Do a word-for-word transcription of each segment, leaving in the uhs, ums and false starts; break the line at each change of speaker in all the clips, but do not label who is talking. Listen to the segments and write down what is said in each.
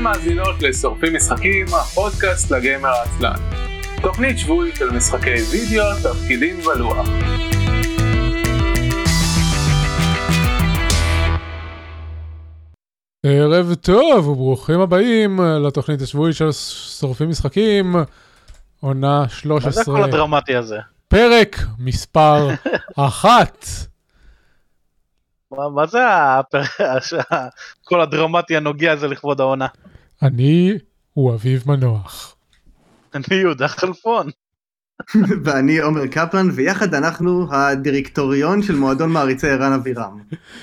מאזינות לשורפים משחקים, הפודקאסט לגיימר העצלן. תוכנית שבועית של משחקי וידאו, תפקידים ולוח.
ערב טוב וברוכים הבאים לתוכנית השבועית של שורפים משחקים, עונה שלוש עשרה.
מה זה כל הדרמטי הזה?
פרק מספר אחת.
מה, מה זה כל הדרמטי הנוגע הזה לכבוד העונה?
אני הוא אביב מנוח.
אני יהודה חלפון.
ואני עומר קפלן, ויחד אנחנו הדירקטוריון של מועדון מעריצי ערן אבירם.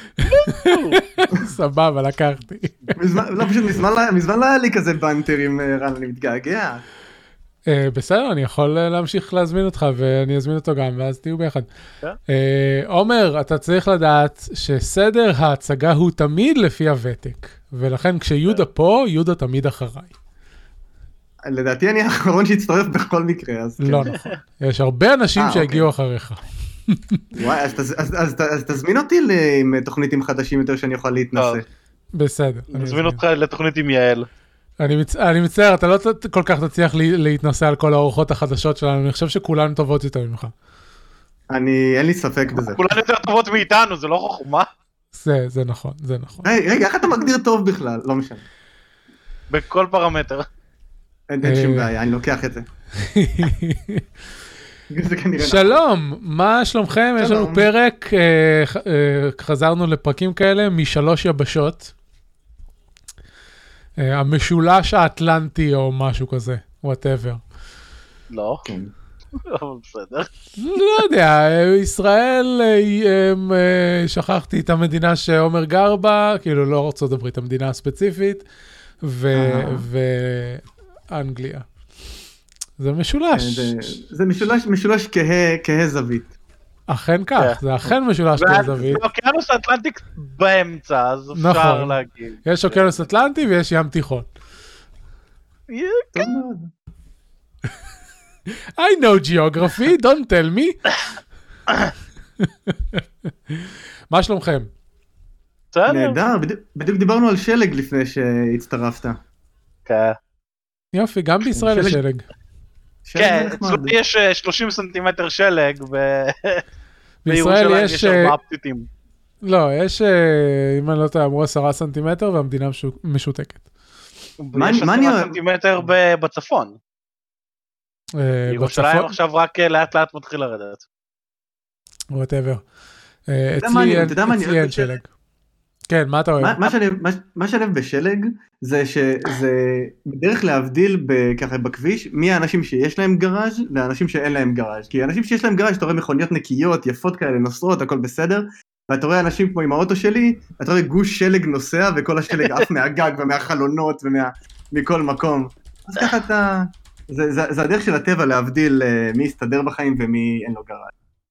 סבבה, לקחתי.
לא, פשוט מזמן לא היה לי כזה בנטר עם ערן, אני מתגעגע.
בסדר, אני יכול להמשיך להזמין אותך, ואני אזמין אותו גם, ואז תהיו ביחד. עומר, אתה צריך לדעת שסדר ההצגה הוא תמיד לפי הוותק, ולכן כשיהודה פה, יהודה תמיד אחריי.
לדעתי אני האחרון שהצטרף בכל מקרה, אז
לא נכון. יש הרבה אנשים שהגיעו אחריך.
וואי, אז תזמין אותי עם תוכניתים חדשים יותר שאני יכול להתנסה.
בסדר.
נזמין אותך לתוכנית עם יעל.
אני מצטער, אתה לא כל כך תצליח להתנסה על כל האורחות החדשות שלנו, אני חושב שכולן טובות יותר ממך.
אני, אין לי ספק בזה.
כולן יותר טובות מאיתנו, זה לא חוכמה.
זה, זה נכון, זה נכון.
רגע, איך אתה מגדיר טוב בכלל? לא משנה.
בכל פרמטר.
אין שום בעיה, אני לוקח את זה.
שלום, מה שלומכם? יש לנו פרק, חזרנו לפרקים כאלה משלוש יבשות. המשולש האטלנטי או משהו כזה, whatever.
לא, אבל בסדר.
לא יודע, ישראל, שכחתי את המדינה שעומר גר בה, כאילו לא ארצות הברית, המדינה הספציפית, ואנגליה. זה משולש.
זה משולש כהה זווית.
אכן כך, זה אכן משולש כהה זווית.
אוקיינוס אטלנטיק באמצע, אז אפשר להגיד.
יש אוקיינוס אטלנטי ויש ים תיכון. I know geography, don't tell me. מה שלומכם?
נהדר, בדיוק דיברנו על שלג לפני שהצטרפת.
כן.
יופי, גם בישראל יש שלג.
כן, יש שלושים סנטימטר שלג,
בישראל יש...
ארבעה פתיתים.
לא, יש, אם אני לא טועה, אמרו עשרה סנטימטר, והמדינה משותקת.
יש עשרה סנטימטר בצפון. ירושלים עכשיו רק לאט לאט מתחיל לרדת.
whatever. אצלי אין שלג. כן, מה אתה אוהב?
מה שאני אוהב בשלג, זה שזה בדרך להבדיל ככה בכביש, מי האנשים שיש להם גראז' לאנשים שאין להם גראז'. כי האנשים שיש להם גראז', אתה רואה מכוניות נקיות, יפות כאלה, נוסרות, הכל בסדר, ואתה רואה אנשים כמו עם האוטו שלי, אתה רואה גוש שלג נוסע, וכל השלג עף מהגג ומהחלונות ומכל מקום. אז ככה אתה... זה הדרך של הטבע להבדיל מי יסתדר בחיים ומי אין לו גראז'.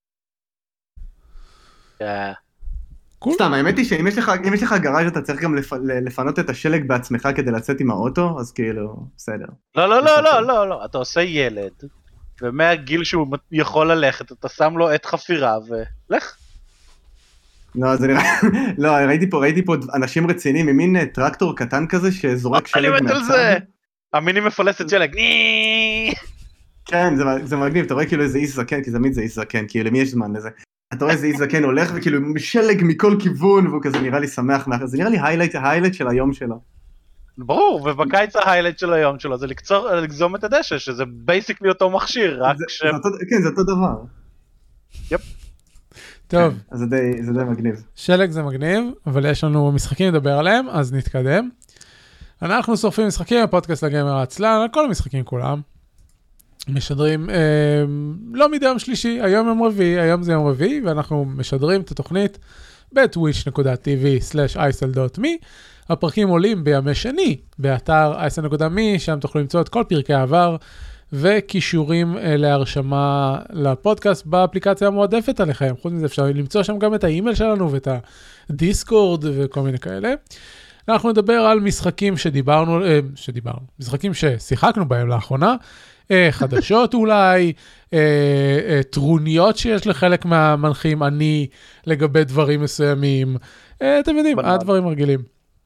כן.
סתם, האמת היא שאם יש לך, אם יש לך גראז' אתה צריך גם לפנות את השלג בעצמך כדי לצאת עם האוטו, אז כאילו, בסדר.
לא, לא, לא, לא, לא, לא, אתה עושה ילד, ומהגיל שהוא יכול ללכת, אתה שם לו את חפירה, ולך.
לא, זה נראה, לא, ראיתי פה, ראיתי פה אנשים רציניים, ממין טרקטור קטן כזה, שזורק שלג מהצד. אני מת על זה,
המיני מפלסת שלג,
כן, זה מגניב, אתה רואה כאילו איזה איש זקן, כי תמיד זה איש זקן, כאילו למי יש זמן לזה. אתה רואה איזה איש זקן הולך וכאילו שלג מכל כיוון, והוא כזה נראה לי שמח, זה נראה לי היילייט, ההיילייט של היום שלו.
ברור, ובקיץ ההיילייט של היום שלו, זה לגזום את הדשא, שזה בייסיקלי אותו מכשיר, רק ש...
כן, זה אותו דבר.
יפ.
טוב.
אז זה די מגניב.
שלג זה מגניב, אבל יש לנו משחקים לדבר עליהם, אז נתקדם. אנחנו שורפים משחקים, הפודקאסט לגיימר העצלן, על כל המשחקים כולם. משדרים, אה, לא מדי יום שלישי, היום יום רביעי, היום זה יום רביעי, ואנחנו משדרים את התוכנית ב-twitch דוט טי וי סלאש אייסל דוט מי. הפרקים עולים בימי שני, באתר אייסל דוט מי, שם תוכלו למצוא את כל פרקי העבר, וקישורים אה, להרשמה לפודקאסט באפליקציה המועדפת עליכם. חוץ מזה אפשר למצוא שם גם את האימייל שלנו, ואת הדיסקורד, וכל מיני כאלה. אנחנו נדבר על משחקים שדיברנו, אה, שדיברנו, משחקים ששיחקנו בהם לאחרונה, חדשות אולי, טרוניות שיש לחלק מהמנחים, אני לגבי דברים מסוימים, אתם יודעים, הדברים הרגילים.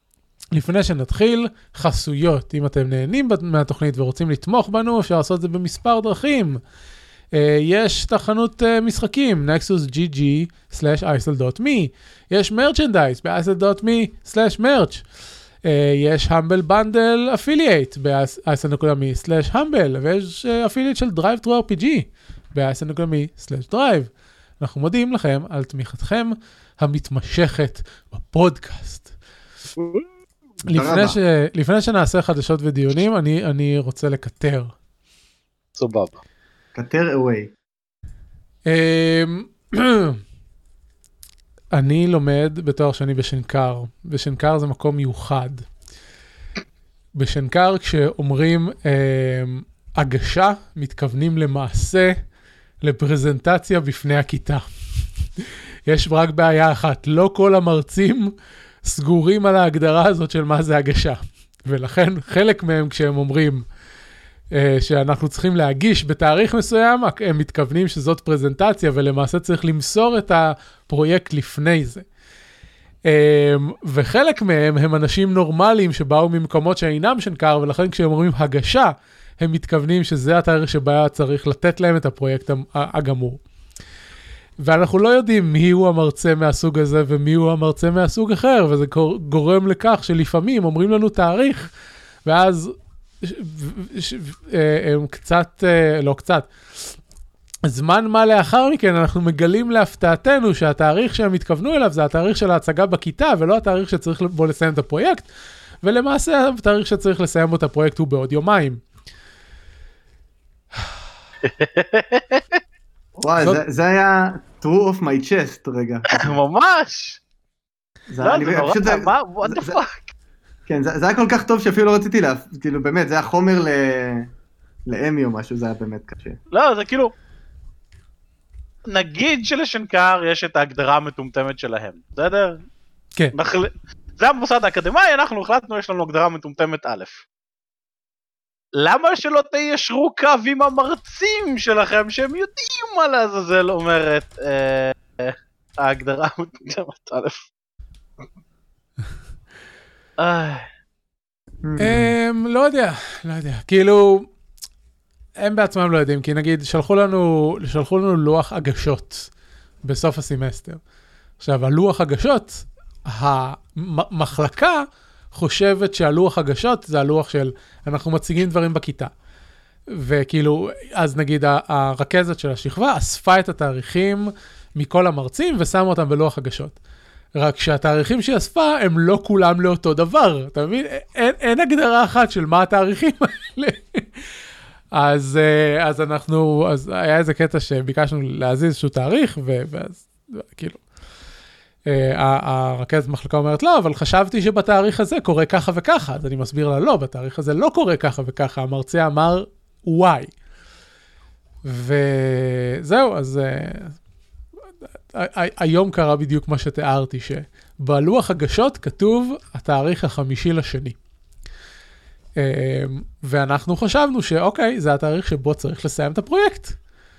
לפני שנתחיל, חסויות. אם אתם נהנים מהתוכנית ורוצים לתמוך בנו, אפשר לעשות את זה במספר דרכים. Uh, יש תחנות uh, משחקים, nexus דוט ג'י ג'י סלאש אייסל דוט מי. יש מרצ'נדייז ב-אייסל דוט מי סלאש מרץ'. יש המבל בנדל אפילייט ב-אייסל דוט מי סלאש המבל. ויש אפילייט של דרייב טרו אר פי ג'י ב-אייסל דוט מי סלאש דרייב. אנחנו מודים לכם על תמיכתכם המתמשכת בפודקאסט. לפני, ש... לפני שנעשה חדשות ודיונים, אני, אני רוצה לקטר.
סבבה.
קטר אווי.
אני לומד בתואר שני בשנקר. בשנקר זה מקום מיוחד. בשנקר כשאומרים הגשה, מתכוונים למעשה, לפרזנטציה בפני הכיתה. יש רק בעיה אחת, לא כל המרצים סגורים על ההגדרה הזאת של מה זה הגשה. ולכן חלק מהם כשהם אומרים uh, שאנחנו צריכים להגיש בתאריך מסוים, הם מתכוונים שזאת פרזנטציה, ולמעשה צריך למסור את הפרויקט לפני זה. Um, וחלק מהם הם אנשים נורמליים שבאו ממקומות שאינם שנקר, ולכן כשהם אומרים הגשה, הם מתכוונים שזה התאריך שבה צריך לתת להם את הפרויקט הגמור. ואנחנו לא יודעים מי הוא המרצה מהסוג הזה ומי הוא המרצה מהסוג אחר, וזה גורם לכך שלפעמים אומרים לנו תאריך, ואז הם קצת, לא קצת, זמן מה לאחר מכן אנחנו מגלים להפתעתנו שהתאריך שהם התכוונו אליו זה התאריך של ההצגה בכיתה, ולא התאריך שצריך בו לסיים את הפרויקט, ולמעשה התאריך שצריך לסיים בו את הפרויקט הוא בעוד יומיים.
וואי, זה היה true of my chest רגע.
ממש. לא, זה נורא, מה? what the fuck?
כן, זה היה כל כך טוב שאפילו לא רציתי לה, כאילו באמת, זה היה חומר לאמי או משהו, זה היה באמת קשה.
לא, זה כאילו, נגיד שלשנקר יש את ההגדרה המטומטמת שלהם, בסדר?
כן.
זה המוסד האקדמי, אנחנו החלטנו, יש לנו הגדרה מטומטמת א'. למה שלא תיישרו קו עם המרצים שלכם שהם יודעים מה לעזאזל אומרת ההגדרה מטומטמת א'?
לא יודע, לא יודע, כאילו הם בעצמם לא יודעים, כי נגיד שלחו לנו, שלחו לנו לוח הגשות בסוף הסמסטר. עכשיו, הלוח הגשות, המחלקה חושבת שהלוח הגשות זה הלוח של אנחנו מציגים דברים בכיתה. וכאילו, אז נגיד הרכזת של השכבה אספה את התאריכים מכל המרצים ושמה אותם בלוח הגשות. רק שהתאריכים שהיא אספה הם לא כולם לאותו דבר, אתה מבין? אין, אין הגדרה אחת של מה התאריכים האלה. אז, אז אנחנו, אז היה איזה קטע שביקשנו להזיז איזשהו תאריך, ואז כאילו, הרכזת מחלקה אומרת לא, אבל חשבתי שבתאריך הזה קורה ככה וככה, אז אני מסביר לה לא, בתאריך הזה לא קורה ככה וככה, המרצה אמר וואי. וזהו, אז היום קרה בדיוק מה שתיארתי, שבלוח הגשות כתוב התאריך החמישי לשני. ואנחנו חשבנו שאוקיי, זה התאריך שבו צריך לסיים את הפרויקט.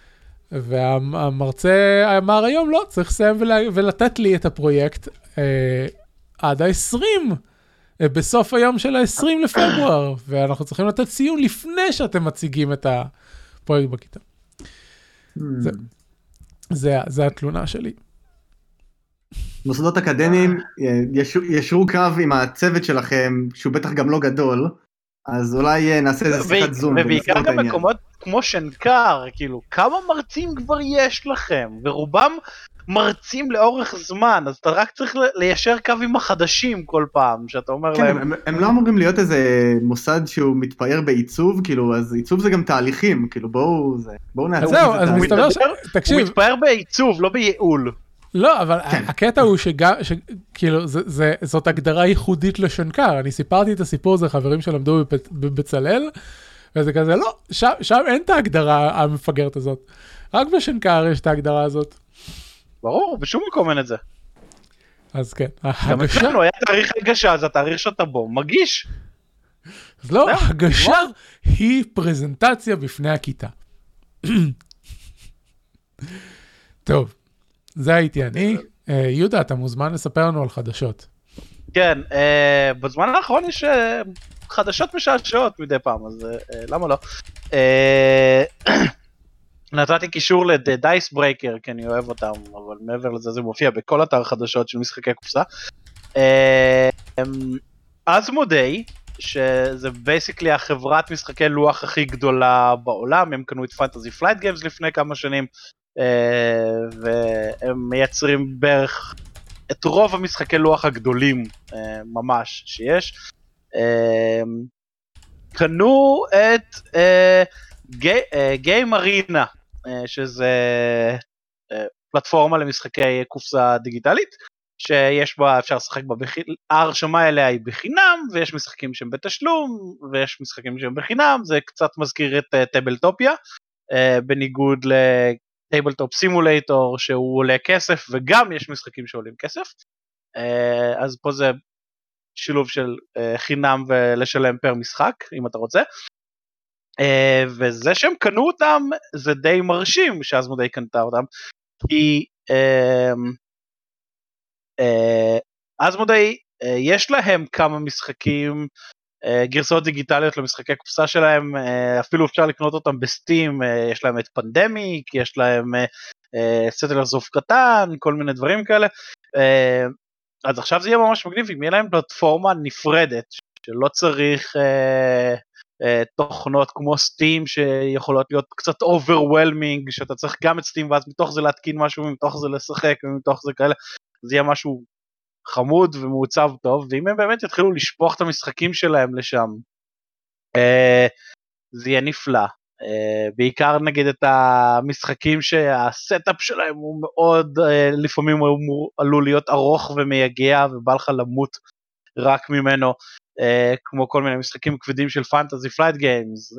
והמרצה אמר היום לא, צריך לסיים ולתת לי את הפרויקט עד ה-עשרים, בסוף היום של ה-עשרים לפברואר, ואנחנו צריכים לתת ציון לפני שאתם מציגים את הפרויקט בכיתה. זה, זה, זה התלונה שלי.
מוסדות אקדמיים ישרו קו עם הצוות שלכם, שהוא בטח גם לא גדול, אז אולי נעשה איזה שיחת זום.
ובעיקר גם מקומות כמו שנקר, כאילו, כמה מרצים כבר יש לכם? ורובם מרצים לאורך זמן, אז אתה רק צריך ליישר קו עם החדשים כל פעם, שאתה אומר
כן,
להם...
הם, הם לא אמורים להיות איזה מוסד שהוא מתפאר בעיצוב, כאילו, אז עיצוב זה גם תהליכים, כאילו, בואו, זה, בואו נעצב את זה.
זהו, אז מסתבר ש... תקשיב.
הוא מתפאר בעיצוב, לא בייעול.
לא, אבל הקטע הוא שגם, כאילו, זאת הגדרה ייחודית לשנקר. אני סיפרתי את הסיפור הזה, חברים שלמדו בבצלאל, וזה כזה, לא, שם אין את ההגדרה המפגרת הזאת. רק בשנקר יש את ההגדרה הזאת.
ברור, בשום מקום אין את זה.
אז כן,
גם אצלנו היה תאריך הגשה, זה התאריך שאתה בו, מגיש.
אז לא, הגשה היא פרזנטציה בפני הכיתה. טוב. זה הייתי אני. יהודה, אתה מוזמן לספר לנו על חדשות.
כן, אה, בזמן האחרון יש אה, חדשות משעשעות מדי פעם, אז אה, למה לא? אה, נתתי קישור ל-Dice Breaker, כי אני אוהב אותם, אבל מעבר לזה זה מופיע בכל אתר חדשות של משחקי קופסה. אזמודיי, שזה בייסיקלי החברת משחקי לוח הכי גדולה בעולם, הם קנו את פנטזי פלייט גיימס לפני כמה שנים, והם מייצרים בערך את רוב המשחקי לוח הגדולים ממש שיש. קנו את גיים ארינה, שזה פלטפורמה למשחקי קופסה דיגיטלית, שיש בה, אפשר לשחק בה, ההרשמה אליה היא בחינם, ויש משחקים שהם בתשלום, ויש משחקים שהם בחינם, זה קצת מזכיר את טייבלטופיה, בניגוד לטייבלטופ סימולייטור, שהוא עולה כסף, וגם יש משחקים שעולים כסף, אז פה זה שילוב של חינם ולשלם פר משחק, אם אתה רוצה, וזה שהם קנו אותם, זה די מרשים, שאזמודיי קנתה אותם, כי אזמודיי יש להם כמה משחקים, גרסאות דיגיטליות למשחקי קופסה שלהם, אפילו אפשר לקנות אותם בסטים, יש להם את פנדמיק, יש להם סטלרס אוף קטן, כל מיני דברים כאלה, אז עכשיו זה יהיה ממש מגניב, אם יהיה להם פלטפורמה נפרדת, שלא צריך תוכנות כמו סטים שיכולות להיות קצת overwhelming, שאתה צריך גם את סטים ואז מתוך זה להתקין משהו, ומתוך זה לשחק, ומתוך זה כאלה, זה יהיה משהו חמוד ומעוצב טוב, ואם הם באמת יתחילו לשפוך את המשחקים שלהם לשם, זה יהיה נפלא, בעיקר נגיד את המשחקים שהסטאפ שלהם הוא מאוד, לפעמים הוא עלול להיות ארוך ומייגע, ובא לך למות רק ממנו, כמו כל מיני משחקים כבדים של פנטזי פלייט גיימס,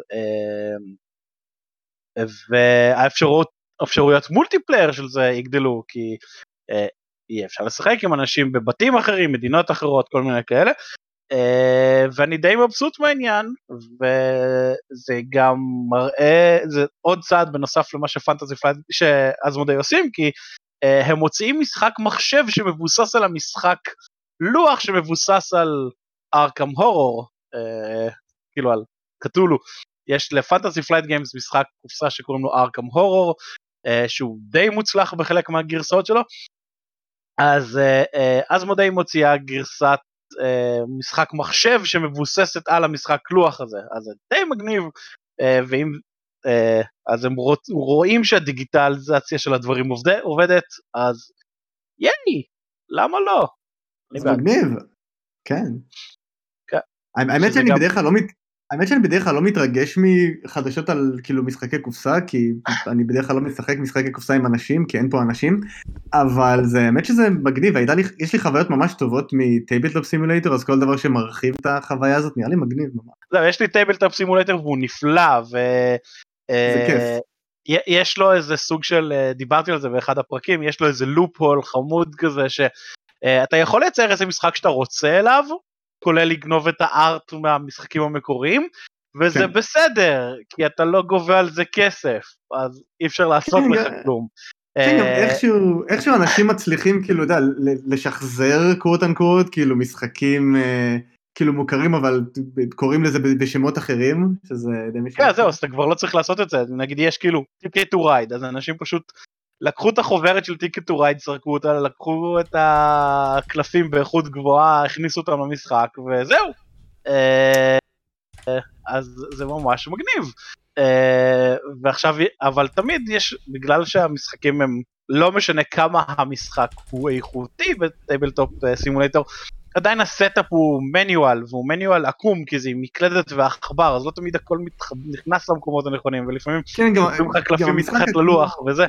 והאפשרויות מולטיפלייר של זה יגדלו, כי יהיה אפשר לשחק עם אנשים בבתים אחרים, מדינות אחרות, כל מיני כאלה, ואני די מבסוט מהעניין, וזה גם מראה, זה עוד צעד בנוסף למה שפנטזי פלייט, שאזמודיי עושים, כי הם מוציאים משחק מחשב שמבוסס על המשחק לוח שמבוסס על ארכם הורור, כאילו על קטולו, יש לפנטזי פלייט גיימס משחק קופסה שקוראים לו ארכם הורור, שהוא די מוצלח בחלק מהגרסאות שלו, אז אזמודיי מוציאה גרסת משחק מחשב שמבוססת על המשחק לוח הזה, אז זה די מגניב, ואם, אז הם רואים שהדיגיטליזציה של הדברים עובדת, אז יאי, למה לא?
זה מגניב, כן. האמת שאני בדרך כלל לא מת... האמת שאני בדרך כלל לא מתרגש מחדשות על כאילו משחקי קופסה, כי אני בדרך כלל לא משחק משחקי קופסה עם אנשים, כי אין פה אנשים, אבל זה האמת שזה מגניב, לי, יש לי חוויות ממש טובות מטייבלטופ סימולייטר, אז כל דבר שמרחיב את החוויה הזאת נראה לי מגניב ממש.
לא, יש לי טייבלטופ סימולייטר והוא נפלא, ו...
זה כיף.
יש לו איזה סוג של, דיברתי על זה באחד הפרקים, יש לו איזה לופ-הול חמוד כזה, שאתה יכול לייצר איזה משחק שאתה רוצה אליו, כולל לגנוב את הארט מהמשחקים המקוריים, וזה כן. בסדר, כי אתה לא גובה על זה כסף, אז אי אפשר לעשות כן, לך גם, כלום.
כן, גם איכשהו, איכשהו אנשים מצליחים, כאילו, יודע, לשחזר קורט אנקורט, כאילו, משחקים, כאילו, מוכרים, אבל קוראים לזה בשמות אחרים, שזה די משהו.
כן, זהו, אז אתה כבר לא צריך לעשות את זה, נגיד, יש כאילו, Ticket to Ride, אז אנשים פשוט לקחו את החוברת של Ticket to Ride, סרקו אותה, לקחו את הקלפים באיכות גבוהה, הכניסו אותם למשחק, וזהו. אז זה ממש מגניב. ועכשיו, אבל תמיד יש, בגלל שהמשחקים הם, לא משנה כמה המשחק הוא איכותי בטייבלטופ סימולייטור, עדיין הסטאפ הוא מניואל, והוא מניואל עקום, כי זה עם מקלדת ועכבר, אז לא תמיד הכל נכנס למקומות הנכונים, ולפעמים נותנים לך קלפים מתחת ללוח וזה.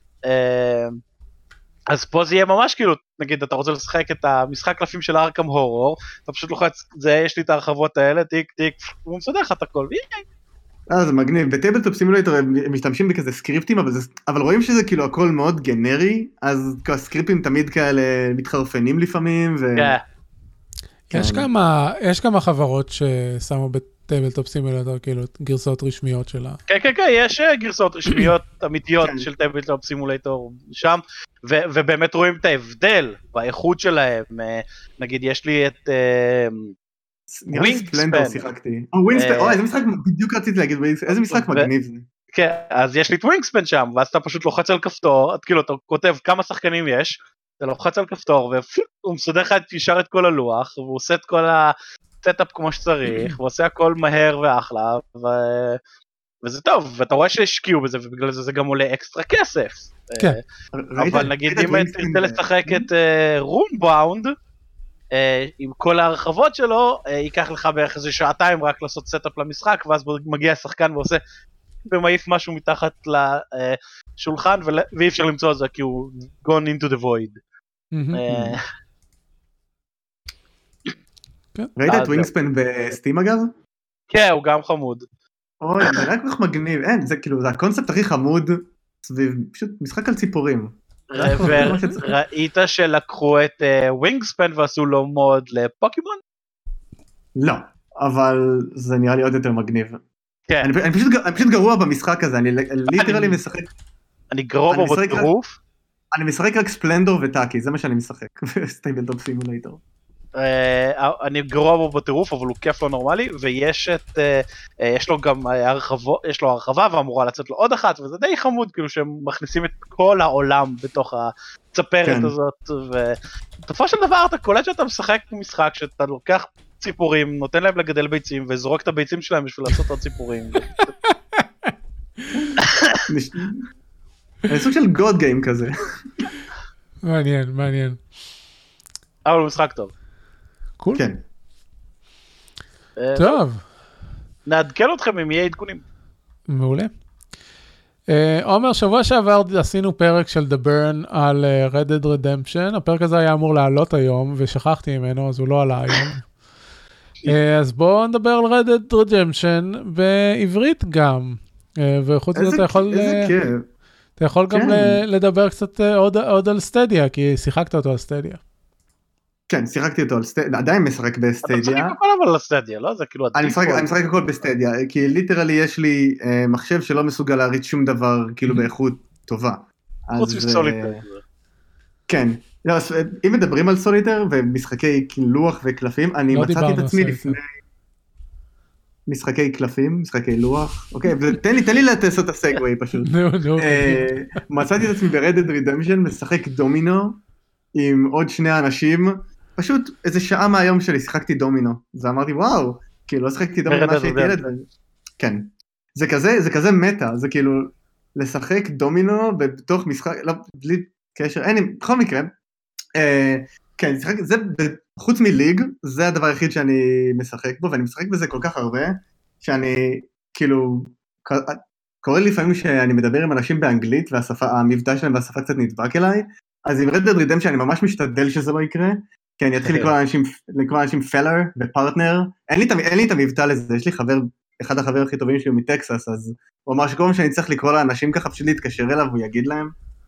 אז פה זה יהיה ממש כאילו, נגיד אתה רוצה לשחק את המשחק קלפים של ארכם הורור, אתה פשוט לוחץ, זה יש לי את הרחבות האלה, טיק טיק, הוא מסדר לך את הכל,
אה, זה מגניב, בטייבלטופ סימולייטור הם משתמשים בכזה סקריפטים, אבל, זה, אבל רואים שזה כאילו הכל מאוד גנרי, אז הסקריפטים תמיד כאלה מתחרפנים לפעמים, ו...
יש כמה, יש כמה חברות ששמו טייבלטופ סימולטור, כאילו גרסאות רשמיות שלה.
כן, כן, כן, יש גרסאות רשמיות אמיתיות של טייבלטופ סימולטור שם, ובאמת רואים את ההבדל באיכות שלהם. נגיד, יש לי את
ווינגספן. שיחקתי. ווינגספן, אוי, איזה משחק, בדיוק רציתי להגיד, איזה משחק מגניב זה.
כן, אז יש לי את ווינגספן שם, ואז אתה פשוט לוחץ על כפתור, כאילו אתה כותב כמה שחקנים יש, אתה לוחץ על כפתור, והוא מסודר לך ישר את כל הלוח, והוא עושה את כל הסטאפ כמו שצריך, והוא עושה הכל מהר ואחלה, וזה טוב, ואתה רואה שהשקיעו בזה, ובגלל זה זה גם עולה אקסטרה כסף.
כן.
אבל נגיד אם תרצה לשחק את רונבאונד, עם כל ההרחבות שלו, ייקח לך בערך איזה שעתיים רק לעשות סטאפ למשחק, ואז מגיע השחקן ועושה ומעיף משהו מתחת לשולחן, ואי אפשר למצוא את זה כי הוא gone into the void.
ראית את ווינגספן בסטים אגב?
כן, הוא גם חמוד.
אוי, זה רק כך מגניב, אין, זה כאילו, זה הקונספט הכי חמוד סביב, פשוט משחק על ציפורים.
וראית שלקחו את ווינגספן ועשו לו מוד לפוקימון?
לא, אבל זה נראה לי עוד יותר מגניב.
כן.
אני פשוט גרוע במשחק הזה, אני ליטרלי משחק.
אני גרוע בו בטירוף.
אני משחק רק ספלנדור וטאקי, זה מה שאני משחק, סטייבלטופ סימולטור.
אני גרוע בו בטירוף, אבל הוא כיף לא נורמלי, ויש את, יש לו גם הרחבה, יש לו הרחבה, ואמורה לצאת לו עוד אחת, וזה די חמוד, כאילו שהם מכניסים את כל העולם בתוך הצפרת הזאת, ובתופעה של דבר אתה קולט שאתה משחק משחק, שאתה לוקח ציפורים, נותן להם לגדל ביצים, וזורק את הביצים שלהם בשביל לעשות עוד ציפורים.
זה סוג של גוד גיים כזה.
מעניין, מעניין.
אבל הוא משחק טוב.
קול.
כן.
טוב.
נעדכן אתכם אם יהיה עדכונים.
מעולה. עומר, שבוע שעבר עשינו פרק של The Burn על Red Dead Redemption. הפרק הזה היה אמור לעלות היום, ושכחתי ממנו, אז הוא לא עלה היום. אז בואו נדבר על Red Dead Redemption בעברית גם. וחוץ מזה אתה יכול...
איזה כיף.
אתה יכול גם לדבר קצת עוד על סטדיה, כי שיחקת אותו על סטדיה.
כן, שיחקתי אותו על סטדיה, עדיין משחק בסטדיה.
אתה משחק הכל אבל על סטדיה, לא? זה כאילו...
אני משחק הכל בסטדיה, כי ליטרלי יש לי מחשב שלא מסוגל להריץ שום דבר כאילו באיכות טובה.
חוץ מסוליטר.
כן, אם מדברים על סוליטר ומשחקי לוח וקלפים, אני מצאתי את עצמי לפני... משחקי קלפים, משחקי לוח, אוקיי, תן לי, תן לי לעשות את הסגווי פשוט. מצאתי את עצמי ב-Red Dead Redemption, משחק דומינו, עם עוד שני אנשים, פשוט איזה שעה מהיום שלי שיחקתי דומינו, ואמרתי וואו, כאילו לא שיחקתי דומינו מה שהייתי ילד, כן, זה כזה, זה כזה מטה, זה כאילו, לשחק דומינו בתוך משחק, לא, בלי קשר, אין, בכל מקרה, כן, זה חוץ מליג, זה הדבר היחיד שאני משחק בו, ואני משחק בזה כל כך הרבה, שאני כאילו, קורה לי לפעמים שאני מדבר עם אנשים באנגלית, והמבטא שלהם והשפה קצת נדבק אליי, אז עם Red Dead Redemption אני ממש משתדל שזה לא יקרה, כי אני אתחיל לקרוא אנשים, לקרוא אנשים פלר ופרטנר, אין לי, אין לי את המבטא לזה, יש לי חבר, אחד החברים הכי טובים שלי מטקסס, אז הוא אמר שכל מה שאני צריך לקרוא לאנשים ככה, פשוט להתקשר אליו והוא יגיד להם,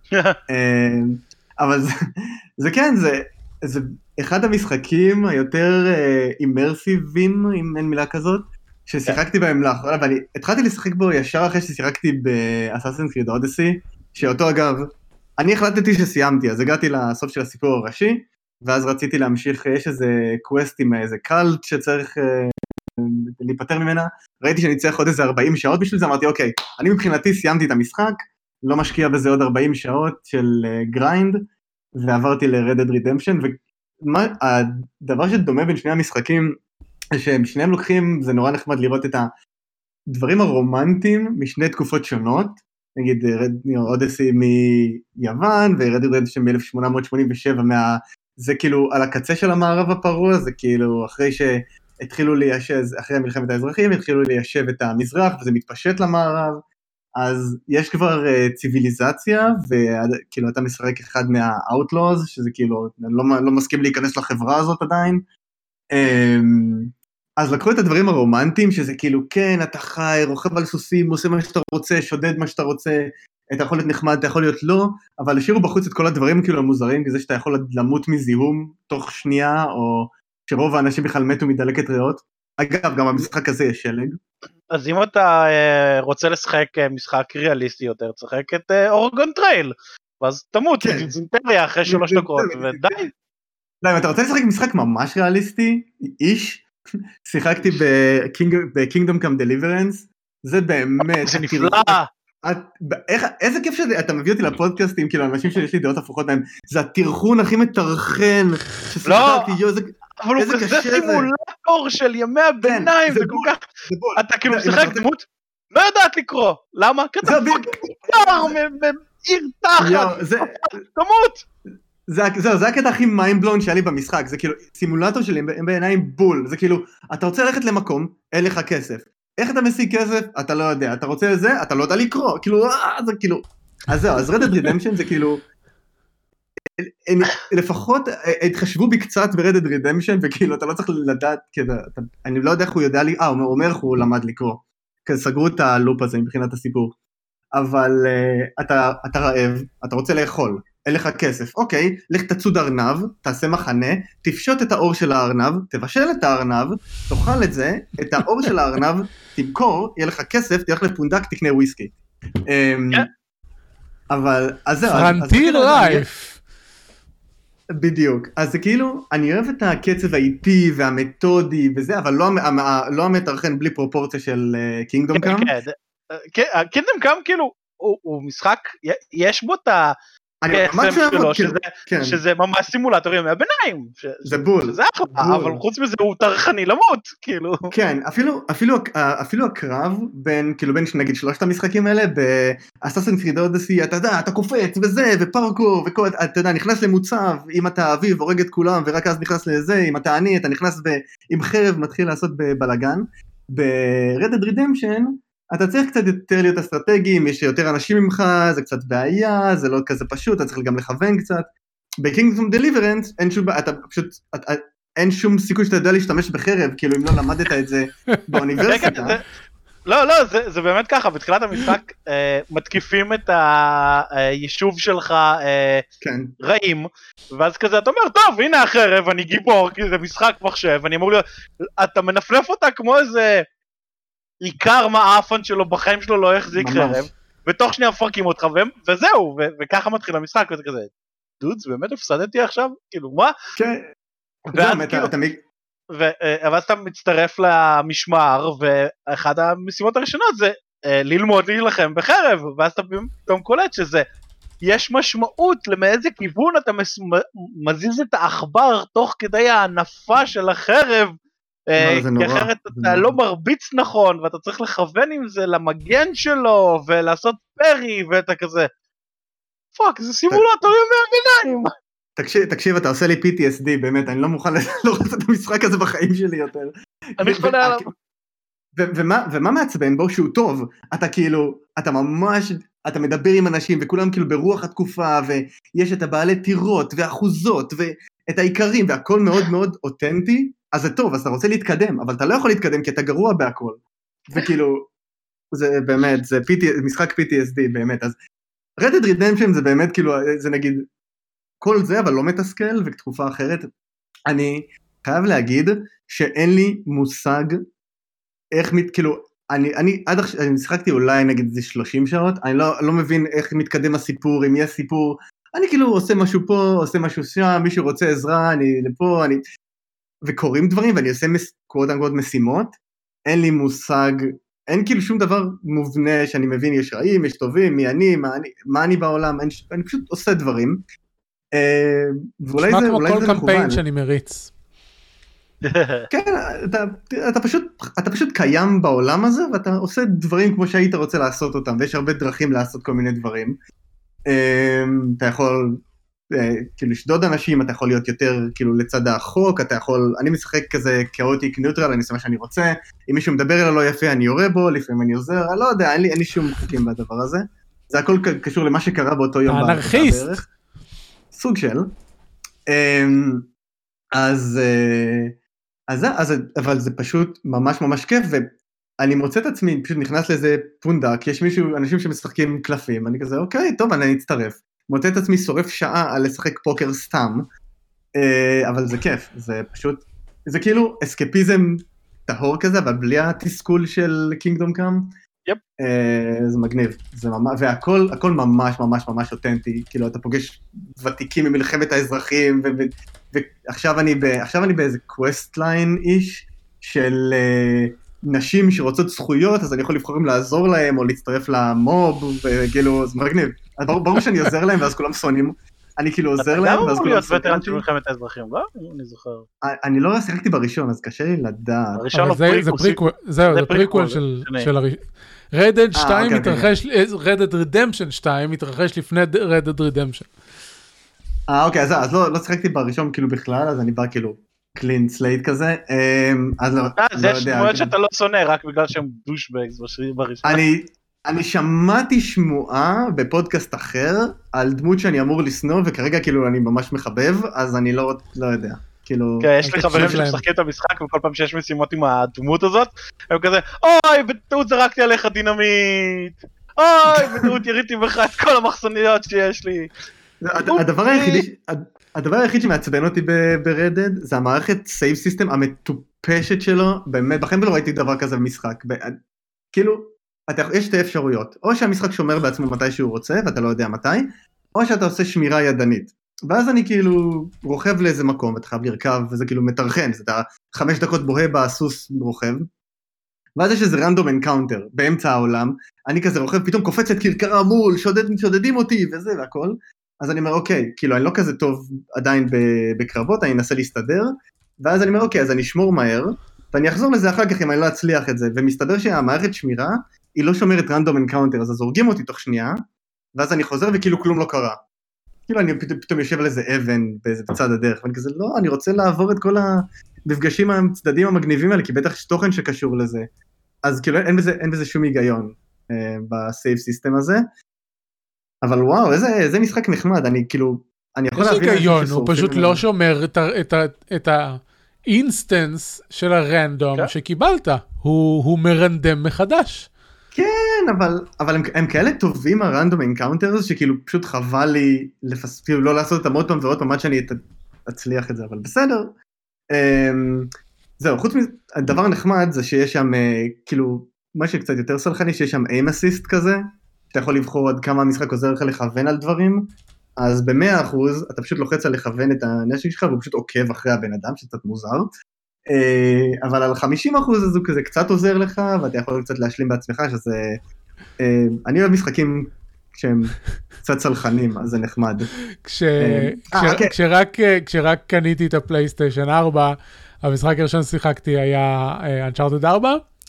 אבל זה, זה כן, זה, זה אחד המשחקים היותר אימרסיביים, אם אין מילה כזאת, ששיחקתי בהם לאחרונה, ואני התחלתי לשחק בו ישר אחרי ששיחקתי באסאסינס קריד אודיסי, שאותו אגב, אני החלטתי שסיימתי, אז הגעתי לסוף של הסיפור הראשי, ואז רציתי להמשיך, יש איזה קווסט עם איזה קלט שצריך להיפטר ממנה, ראיתי שאני צריך עוד איזה ארבעים שעות בשביל זה, אמרתי אוקיי, אני מבחינתי סיימתי את המשחק, לא משקיע בזה עוד ארבעים שעות של גריינד, ועברתי ל-Red Dead Redemption, והדבר שדומה בין שני המשחקים, שהם שניהם לוקחים, זה נורא נחמד לראות את הדברים הרומנטיים משני תקופות שונות, נגיד אודיסי מיוון, ו-Red Dead Redemption מ-אלף שמונה מאות שמונים ושבע, מה... זה כאילו על הקצה של המערב הפרוע, זה כאילו אחרי שהתחילו ליישב, אחרי מלחמת האזרחים, התחילו ליישב את המזרח, וזה מתפשט למערב, אז יש כבר uh, ציוויליזציה, וכאילו אתה משחק אחד מה-Outlaws, שזה כאילו, לא, לא מסכים להיכנס לחברה הזאת עדיין, um, אז לקחו את הדברים הרומנטיים, שזה כאילו, כן, אתה חי, רוכב על סוסים, עושה מה שאתה רוצה, שודד מה שאתה רוצה, אתה יכול להיות נחמד, אתה יכול להיות לא, אבל השאירו בחוץ את כל הדברים כאילו המוזרים, כזה שאתה יכול למות מזיהום תוך שנייה, או שרוב האנשים בכלל מתו מדלקת ריאות, אגב, גם במשחק הזה יש שלג.
אז אם אתה uh, רוצה לשחק uh, משחק ריאליסטי יותר, תשחק את uh, אורגון טרייל, ואז תמות, כן. דיזנטריה אחרי שלוש דקות, ודי.
לא, אם אתה רוצה לשחק משחק ממש ריאליסטי, איש, שיחקתי בקינגדום קאם דליברנס, זה באמת...
זה נפלא.
את, איך, איזה כיף שזה, אתה מביא אותי לפודקאסטים, כאילו אנשים שיש לי דעות הפוכות מהם, זה התרחון הכי מתרחן, ששיחקתי,
לא,
יו, זה,
אבל הוא כזה סימולטור של ימי הביניים, זה כל כך, אתה כאילו משחק דמות, לא יודעת לקרוא, למה? כי אתה פאקר מעיר תחת, תמות.
זהו, זה הקטע הכי מיינדבלון שהיה לי במשחק, זה כאילו סימולטור שלי בעיניים בול, זה כאילו, אתה רוצה ללכת למקום, אין לך כסף. איך אתה משיג כסף? אתה לא יודע. אתה רוצה לזה? אתה לא יודע לקרוא. כאילו, זה כאילו... אז זהו, אז Red Dead Redemption זה כאילו... לפחות התחשבו בי קצת ב-Red Dead Redemption, וכאילו, אתה לא צריך לדעת, אני לא יודע איך הוא יודע לי, אה, הוא אומר איך הוא למד לקרוא. כי סגרו את הלופ הזה מבחינת הסיפור. אבל אתה רעב, אתה רוצה לאכול, אין לך כסף. אוקיי, לך תצוד ארנב, תעשה מחנה, תפשוט את האור של הארנב, תבשל את הארנב, תאכל את זה, את האור של הארנב, תמכור, יהיה לך כסף, תלך לפונדק, תקנה וויסקי. אבל, אז זהו.
פרנטיר לייף.
בדיוק. אז זה כאילו, אני אוהב את הקצב האיטי והמתודי וזה, אבל לא המתרחן בלי פרופורציה של קינגדום קאם.
כן, קינגדום קאם כאילו, הוא משחק, יש בו את ה... שזה ממש סימולטורים מהביניים,
זה בול,
שזה אחלה, אבל חוץ מזה הוא טרחני למות, כאילו.
כן, אפילו הקרב בין, כאילו בין נגיד שלושת המשחקים האלה, באסאסינס קריד אודיסי, אתה יודע, אתה קופץ וזה, ופארקור, אתה יודע, נכנס למוצב, אם אתה אביב, הורג את כולם, ורק אז נכנס לזה, אם אתה עני, אתה נכנס עם חרב, מתחיל לעשות בבלגן. ב-Red Dead Redemption, אתה צריך קצת יותר להיות אסטרטגיים, יש יותר אנשים ממך, זה קצת בעיה, זה לא כזה פשוט, אתה צריך גם לכוון קצת. ב-Kingdom Deliverance, אין שום, אתה פשוט, אתה, אין שום סיכוי שאתה יודע להשתמש בחרב, כאילו אם לא למדת את זה באוניברסיטה.
לא, לא, זה, זה באמת ככה, בתחילת המשחק אה, מתקיפים את היישוב שלך אה, כן. רעים, ואז כזה אתה אומר, טוב, הנה החרב, אני גיבור, כי זה משחק מחשב, אני אמור להיות, אתה מנפלף אותה כמו איזה... עיקר מהאפן שלו בחיים שלו לא יחזיק חרב, ותוך שנייה מפרקים אותך, וזהו, וככה מתחיל המשחק, וזה כזה, דוד, זה באמת הפסדתי עכשיו? כאילו, מה? כן, ואז אתה מצטרף למשמר, ואחד המשימות הראשונות זה ללמוד להילחם בחרב, ואז אתה פתאום קולט שזה, יש משמעות למאיזה כיוון אתה מזיז את האחבר תוך כדי הענפה של החרב, כי אחרת אתה לא מרביץ נכון, ואתה צריך לכוון עם זה למגן שלו, ולעשות פרי, ואתה כזה, פאק, זה סימולטור ימי הביניים.
תקשיב, אתה עושה לי פי טי אס די, באמת, אני לא מוכן לראות את המשחק הזה בחיים שלי יותר.
אני חולה עליו.
ומה מעצבן בו שהוא טוב, אתה כאילו, אתה ממש, אתה מדבר עם אנשים, וכולם כאילו ברוח התקופה, ויש את הבעלי טירות, ואחוזות, ואת העיקרים, והכל מאוד מאוד אותנטי, אז זה טוב, אז אתה רוצה להתקדם, אבל אתה לא יכול להתקדם, כי אתה גרוע בהכל. וכאילו, זה באמת, זה משחק פי טי אס די, באמת. אז Red Dead Redemption זה באמת, כאילו, זה נגיד, כל זה, אבל לא מתסכל, וכתקופה אחרת. אני חייב להגיד, שאין לי מושג, איך, כאילו, אני, אני, עד עכשיו, אני משחקתי אולי, נגיד, זה שלושים שעות, אני לא, לא מבין איך מתקדם הסיפור, אם יש סיפור, אני כאילו עושה משהו פה, עושה משהו שם, מישהו רוצה עזרה, אני לפה, אני... וקוראים דברים, ואני עושה קוד אנגוד משימות, אין לי מושג, אין כאילו שום דבר מובנה שאני מבין, יש רעים, יש טובים, מי אני, מה אני, מה אני בעולם, אני, אני פשוט עושה דברים, ואולי זה, אולי זה מכוון.
כמו כל קמפיין שאני מריץ.
כן, אתה, אתה פשוט, אתה פשוט קיים בעולם הזה, ואתה עושה דברים כמו שהיית רוצה לעשות אותם, ויש הרבה דרכים לעשות כל מיני דברים. אתה יכול... כאילו לשדוד אנשים, אתה יכול להיות יותר כאילו לצד החוק, אתה יכול, אני משחק כזה כאוטיק ניוטרל, אני עושה מה שאני רוצה, אם מישהו מדבר אליו לא יפה אני יורה בו, לפעמים אני עוזר, אני לא יודע, אין לי, אין לי שום חוקים בדבר הזה, זה הכל קשור למה שקרה באותו יום.
האנרכיסט.
סוג של. אז, אז, אז, אבל זה פשוט ממש ממש כיף, ואני מוצא את עצמי, פשוט נכנס לאיזה פונדק, יש מישהו, אנשים שמשחקים עם קלפים, אני כזה, אוקיי, טוב, אני אצטרף. מוצא את עצמי שורף שעה על לשחק פוקר סתם, אבל זה כיף, זה פשוט, זה כאילו אסקפיזם טהור כזה, אבל בלי התסכול של קינגדום קאם.
יפ.
זה מגניב, זה ממש, והכל, הכל ממש ממש ממש אותנטי, כאילו אתה פוגש ותיקים ממלחמת האזרחים, ועכשיו אני, עכשיו אני באיזה קווסט ליין איש, של נשים שרוצות זכויות, אז אני יכול לבחור אם לעזור להם, או להצטרף למוב, וכאילו, זה מגניב. ברור שאני עוזר להם, ואז כולם שונאים, אני כאילו עוזר להם, ואז כולם
שונאים. אתה גם של מלחמת האזרחים, לא? אני זוכר.
אני לא שיחקתי בראשון, אז קשה לי לדעת.
הראשון הוא
פריקוול. זהו, זה פריקוול של הראשון. Red Dead שתיים מתרחש, Red Dead Redemption שתיים מתרחש לפני Red Dead Redemption.
אה, אוקיי, אז לא שיחקתי בראשון כאילו בכלל, אז אני בא כאילו קלין סלייט כזה, אז לא יודע.
זה שמועות שאתה לא שונא, רק בגלל שהם דושבגס בראשון.
אני שמעתי שמועה בפודקאסט אחר, על דמות שאני אמור לשנוא, וכרגע כאילו אני ממש מחבב, אז אני לא יודע. כאילו...
כן, יש לי חברים שמשחקים את המשחק, וכל פעם שיש משימות עם הדמות הזאת, הם כזה, אוי, בטעות זרקתי עליך דינמיט, אוי, בטעות יריתי בך את כל המחסניות שיש לי.
הדבר היחיד שמעצבן אותי ברדד, זה המערכת סייב סיסטם המטופשת שלו, באמת, בכן ולא ראיתי דבר כזה במשחק, כאילו, יש שתי אפשרויות, או שהמשחק שומר בעצמו מתי שהוא רוצה, ואתה לא יודע מתי, או שאתה עושה שמירה ידנית. ואז אני כאילו רוכב לאיזה מקום, ואתה חייב לרכב, וזה כאילו מתרחן, זה אתה חמש דקות בוהה בסוס רוכב, ואז יש איזה רנדום אנקאונטר, באמצע העולם, אני כזה רוכב, פתאום קופצת כרכרה מול, שודד, שודדים אותי, וזה והכל, אז אני אומר, אוקיי, כאילו אני לא כזה טוב עדיין בקרבות, אני אנסה להסתדר, ואז אני אומר, אוקיי, אז אני אשמור מהר, ואני אחזור לזה אחר כך אם אני לא אצליח את זה, ומסתבר שהמערכת שמירה, היא לא שומרת רנדום אנקאונטר, אז הורגים אותי תוך שנייה, ואז אני חוזר וכאילו כלום לא קרה. כאילו אני פתאום, פתאום יושב על איזה אבן באיזה בצד הדרך, ואני כזה, לא, אני רוצה לעבור את כל המפגשים הצדדים המגניבים האלה, כי בטח יש תוכן שקשור לזה. אז כאילו אין בזה, אין בזה שום היגיון אה, בסייב סיסטם הזה. אבל וואו, איזה, איזה משחק נחמד, אני כאילו, אני יכול להבין...
יש היגיון, הוא פשוט לא שומר את, את, את האינסטנס של הרנדום okay. שקיבלת, הוא, הוא מרנדם מחדש.
כן, אבל, אבל הם, הם כאלה טובים הרנדום אנקאונטרס, שכאילו פשוט חבל לי לפס... כאילו לא לעשות אותם עוד פעם ועוד פעם עד שאני אצליח את זה, אבל בסדר. זהו, חוץ מזה, הדבר הנחמד זה שיש שם, כאילו, מה שקצת יותר סלחני, שיש שם aim assist כזה, שאתה יכול לבחור עד כמה המשחק עוזר לך לכוון על דברים, אז ב-מאה אחוז אתה פשוט לוחץ על לכוון את הנשק שלך, והוא פשוט עוקב אחרי הבן אדם, שקצת מוזר. אבל על חמישים אחוז אז הוא כזה קצת עוזר לך, ואתה יכול קצת להשלים בעצמך, שזה... אני אוהב משחקים שהם קצת סלחנים, אז זה נחמד.
כשרק קניתי את הפלייסטיישן ארבע, המשחק הראשון ששיחקתי היה Uncharted ארבע,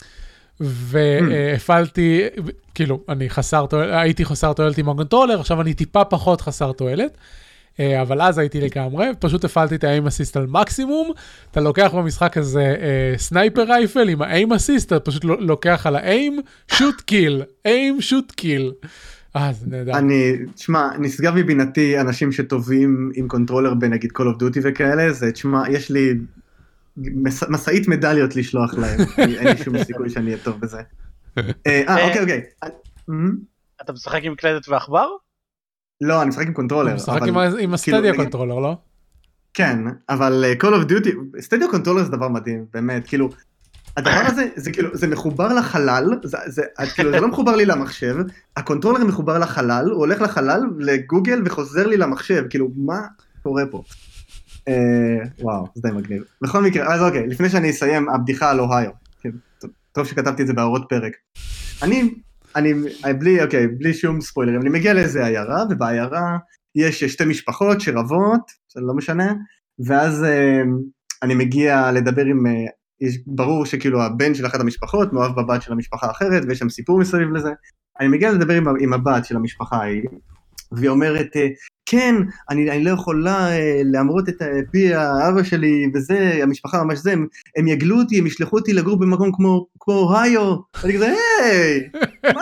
והפעלתי, כאילו, אני חסר תועלת, הייתי חסר תועלת עם הקונטרולר, עכשיו אני טיפה פחות חסר תועלת, אבל אז הייתי לגמרי, פשוט הפעלתי את האיים אסיסט על מקסימום, אתה לוקח במשחק הזה סנייפר רייפל עם האיים אסיסט, אתה פשוט לוקח על האיים, שוט קיל, איים שוט קיל. אה, זה נהדר.
אני, תשמע, נשגב מבינתי אנשים שטובים עם קונטרולר בנגיד Call of Duty וכאלה, זה, תשמע, יש לי מסעית מדליות לשלוח להם, אין לי שום סיכוי שאני אהיה טוב בזה. אה, אוקיי, אוקיי.
אתה משחק עם קלדת ועכבר?
לא, אני משחק עם קונטרולר.
אתה משחק עם הסטדיה קונטרולר, לא?
כן, אבל Call of Duty, סטדיה קונטרולר זה דבר מדהים, באמת, כאילו, הדבר הזה, זה כאילו, זה מחובר לחלל, זה כאילו, זה לא מחובר לי למחשב, הקונטרולר מחובר לחלל, הוא הולך לחלל, לגוגל וחוזר לי למחשב, כאילו, מה קורה פה? וואו, זה די מגניב. בכל מקרה, אז אוקיי, לפני שאני אסיים, הבדיחה על אוהיו, טוב שכתבתי את זה בהערות פרק. אני, אני, בלי, אוקיי, בלי שום ספוילרים, אני מגיע לאיזה עיירה, ובעיירה יש שתי משפחות שרבות, זה לא משנה, ואז אני מגיע לדבר עם, ברור שכאילו הבן של אחת המשפחות, מאוהב בבת של המשפחה האחרת, ויש שם סיפור מסביב לזה, אני מגיע לדבר עם, עם הבת של המשפחה ההיא, והיא אומרת, כן, אני, אני לא יכולה להמרות את פי האבא שלי, וזה, המשפחה ממש זה, הם, הם יגלו אותי, הם ישלחו אותי לגור במקום כמו, כמו אוהיו, ואני כזה, היי, מה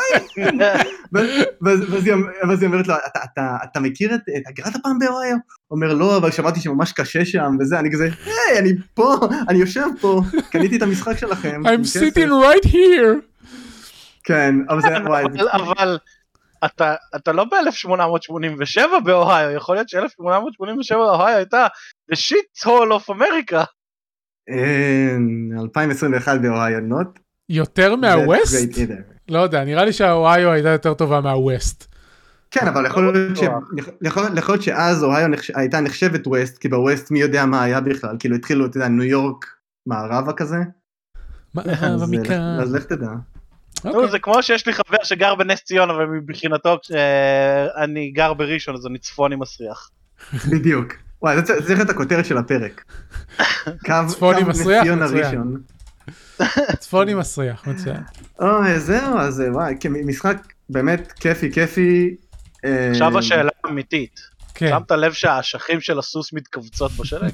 ואז היא אומרת לו, אתה, אתה, אתה מכיר את, אתה גרת פעם באוהיו? אומר, לא, אבל שמעתי שממש קשה שם, וזה, אני כזה, היי, אני פה, אני יושב פה, קניתי את המשחק שלכם.
I'm sitting right here.
כן, אבל זה, וואי.
אבל... אתה, אתה לא ב-אלף שמונה מאות שמונים ושבע באוהיו, יכול להיות ש-אלף שמונה מאות שמונים ושבע באוהיו הייתה the shit hole of America.
אלפיים עשרים ואחת באוהיו נוט.
יותר מהווסט? לא יודע, נראה לי שהאוהיו הייתה יותר טובה מהווסט.
כן, אבל יכול להיות שאז אוהיו הייתה נחשבת ווסט, כי בווסט מי יודע מה היה בכלל, כאילו התחילו, אתה יודע, ניו יורק מערבה כזה.
מערבה מכאן.
אז לך תדע.
זה כמו שיש לי חבר שגר בנס ציון, אבל מבחינתו כשאני גר בראשון, אז אני צפוני מסריח.
בדיוק. וואי, זה צריך את הכותרת של הפרק.
צפוני מסריח, מצוין. צפוני מסריח, מצוין.
אוי, זהו, אז וואי, משחק באמת כיפי, כיפי.
עכשיו השאלה האמיתית. שמת לב שהאשכים של הסוס מתכווצות בשלג?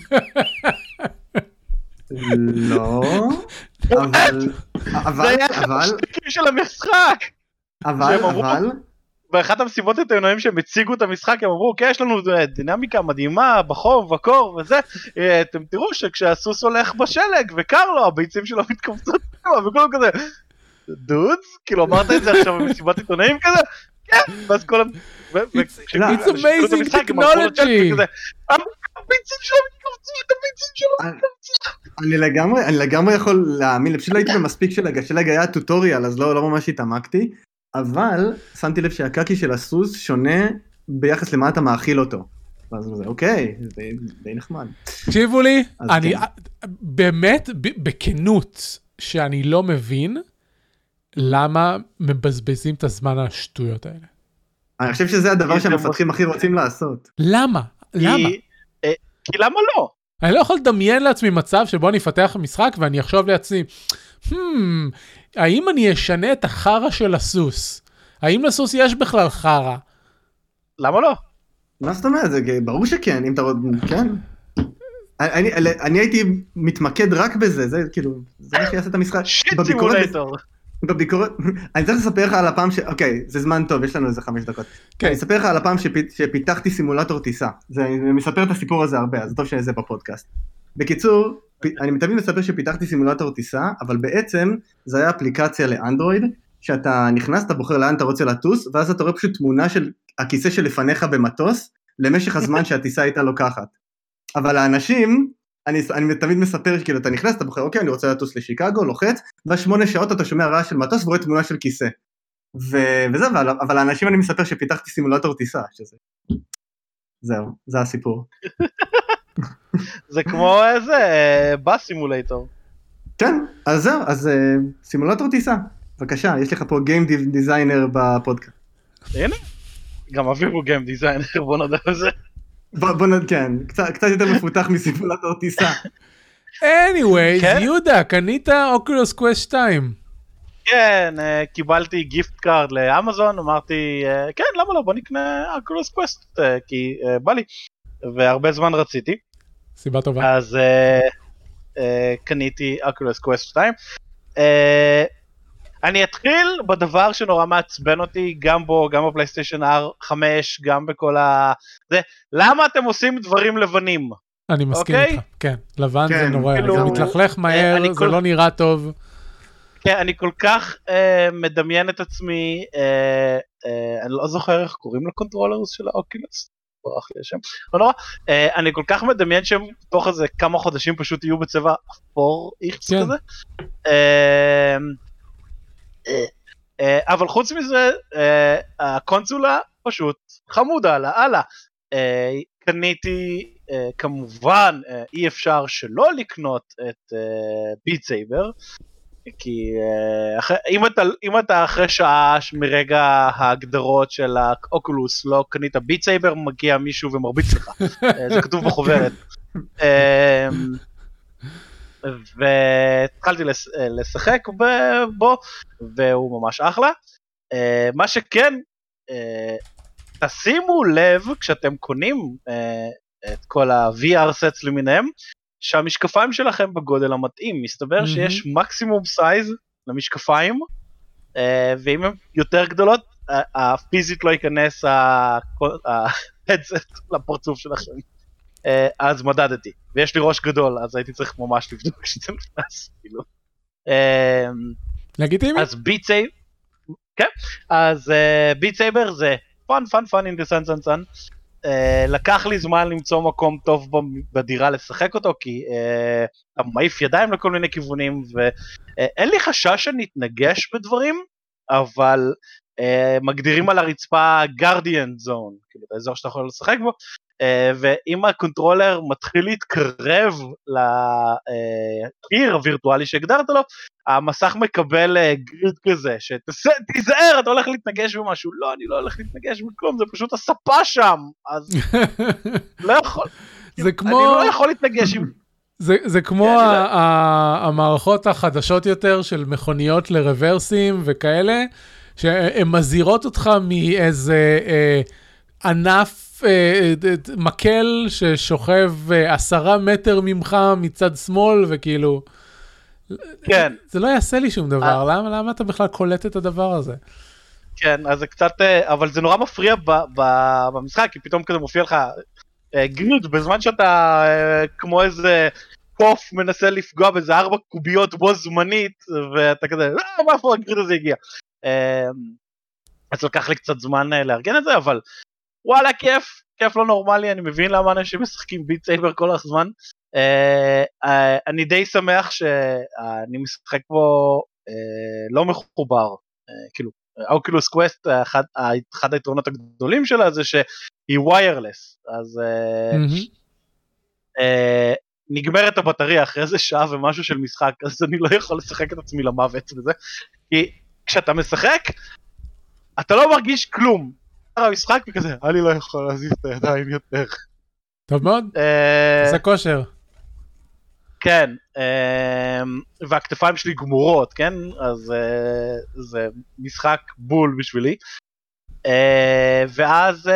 לא, אבל, אבל,
זה היה
אבל,
השתקים של המשחק.
אבל, אבל,
באחת המסיבות העיתונאים שהם הציגו את המשחק, הם אמרו, כן, יש לנו דינמיקה מדהימה, בחום, בקור וזה, אתם תראו שכשהסוס הולך בשלג וקר לו, הביצים שלו מתכווצות, וכולם כזה, דודס, כאילו אמרת את זה עכשיו במסיבת עיתונאים כזה, כן, ואז כל...
It's amazing technology.
הביצים שלו מתכווצות, הביצים שלו מתכווצות.
אני לגמרי, אני לגמרי יכול להאמין, פשוט לא הייתי במספיק שלג, שלג היה טוטוריאל, אז לא, לא ממש התעמקתי, אבל שמתי לב שהקקי של הסוס שונה ביחס למה אתה מאכיל אותו. אז זה אוקיי, זה די נחמד.
תקשיבו לי, אני באמת בכנות שאני לא מבין למה מבזבזים את הזמן על השטויות האלה.
אני חושב שזה הדבר שהמפתחים הכי רוצים לעשות.
למה? למה?
כי למה לא?
אני לא יכול לדמיין לעצמי מצב שבו אני אפתח משחק ואני אחשוב לעצמי, hmm, האם אני אשנה את החרה של הסוס? האם לסוס יש בכלל חרה?
למה לא?
מה זאת אומרת? זה ברור שכן, אם אתה רוצה, כן. אני, אני הייתי מתמקד רק בזה, זה כאילו, זה מה שיעשה את המשחק.
שיט סימולטור.
בביקורת, אני צריך לספר לך על הפעם ש... אוקיי, זה זמן טוב, יש לנו איזה חמש דקות. אני אספר לך על הפעם שפיתחתי סימולטור טיסה. אני מספר את הסיפור הזה הרבה, אז טוב שזה בפודקאסט. בקיצור, אני תמיד מספר שפיתחתי סימולטור טיסה, אבל בעצם זה היה אפליקציה לאנדרואיד, שאתה נכנס, אתה בוחר לאן אתה רוצה לטוס, ואז אתה רואה פשוט תמונה של הכיסא שלפניך במטוס, למשך הזמן שהטיסה הייתה לוקחת. אבל האנשים, אני, אני תמיד מספר שכאילו אתה נכנס, אתה בוחר, אוקיי, אני רוצה לטוס לשיקגו, לוחץ, והשמונה שעות אתה שומע רעש של מטוס ורואה תמונה של כיסא. ו, וזה, אבל, אבל האנשים אני מספר שפיתחתי סימולטור טיסה, שזה... זהו, זה הסיפור.
זה כמו איזה בס סימולטור.
כן, אז זהו, אז סימולטור טיסה. בבקשה, יש לך פה גיים דיזיינר בפודקאסט.
הנה, גם אביבו גיים דיזיינר, בוא נדע על זה.
בוא נדע, כן, קצת יותר מפותח מסימולטור טיסה.
anyways, יהודה, קנית אוקולוס קווסט שתיים.
כן, קיבלתי גיפט קארד לאמזון, אמרתי, כן, למה לא, בוא נקנה אוקולוס קווסט, כי בא לי, והרבה זמן רציתי.
סיבה טובה.
אז קניתי אוקולוס קווסט שתיים. אני אתחיל בדבר שנורא מעצבן אותי, גם בו, גם בפלייסטיישן אר חמש, גם בכל ה... זה, למה אתם עושים דברים לבנים?
אני מסכים איתך, כן, לבן זה נורא, זה מתלכלך מהר, זה לא נראה טוב.
כן, אני כל כך מדמיין את עצמי, אני לא זוכר איך קוראים לקונטרולרס של האוקילוס, ברח לי השם, לא נורא, אני כל כך מדמיין שהם תוך איזה כמה חודשים פשוט יהיו בצבע אפור איכס כזה. אבל חוץ מזה, הקונסולה פשוט חמודה, הלאה. קניתי, כמובן, אי אפשר שלא לקנות את ביט סייבר, כי אם אתה, אם אתה אחרי שעה מרגע ההגדרות של האוקולוס לא קנית ביט סייבר, מגיע מישהו ומרביץ לך, זה כתוב בחוברת. והתחלתי לשחק בו, והוא ממש אחלה. מה שכן, תשימו לב כשאתם קונים את כל ה-וי אר sets למיניהם, שהמשקפיים שלכם בגודל המתאים, מסתבר שיש מקסימום סייז למשקפיים, ואם הן יותר גדולות, הפיזית לא ייכנס ההדסט לפרצוף שלכם. אז מדדתי, ויש לי ראש גדול, אז הייתי צריך ממש לבדוק שזה נכנס, כאילו.
לגיטימי?
אז ביט סייבר, כן, אז ביט סייבר זה פאן, פאן, פאן, in the sun, sun, sun. לקח לי זמן למצוא מקום טוב בדירה לשחק אותו, כי אתה מעיף ידיים לכל מיני כיוונים, ואין לי חשש שאני אתנגש בדברים, אבל מגדירים על הרצפה Guardian Zone, כאילו את האזור שאתה יכול לשחק בו, ואם הקונטרולר מתחיל להתקרב לקיר הווירטואלי שהגדרת לו, המסך מקבל גריד כזה, שתיזהר, אתה הולך להתנגש במשהו, לא, אני לא הולך להתנגש בכלום, זה פשוט הספה שם, אז לא יכול,
זה כמו...
אני לא יכול להתנגש עם...
זה, זה כמו המערכות החדשות יותר של מכוניות לרוורסים וכאלה, שהן מזהירות אותך מאיזה ענף מקל ששוכב עשרה מטר ממך מצד שמאל, וכאילו...
כן.
זה לא יעשה לי שום דבר, למה, למה אתה בכלל קולט את הדבר הזה?
כן, אז זה קצת, אבל זה נורא מפריע במשחק, כי פתאום כזה מופיע לך גריד, בזמן שאתה כמו איזה קוף מנסה לפגוע באיזה ארבע קוביות בו זמנית, ואתה כזה, לא, מאיפה הגריד הזה הגיע? אז לקח לי קצת זמן לארגן את זה, אבל וואלה, כיף, כיף לא נורמלי, אני מבין למה אנשים משחקים ביט סייבר כל הזמן. אני די שמח שאני משחק פה לא מחובר, כאילו, אוקולוס קווסט, אחד היתרונות הגדולים שלה זה שהיא ויירלס, אז נגמרת הבטריה אחרי איזה שעה ומשהו של משחק, אז אני לא יכול לשחק את עצמי למוות וזה, כי כשאתה משחק, אתה לא מרגיש כלום, המשחק וכזה, אני לא יכול להזיז את הידיים יותר.
טוב מאוד, זה כושר.
כן, והכתפיים שלי גמורות, כן, אז זה משחק בול בשבילי, ואז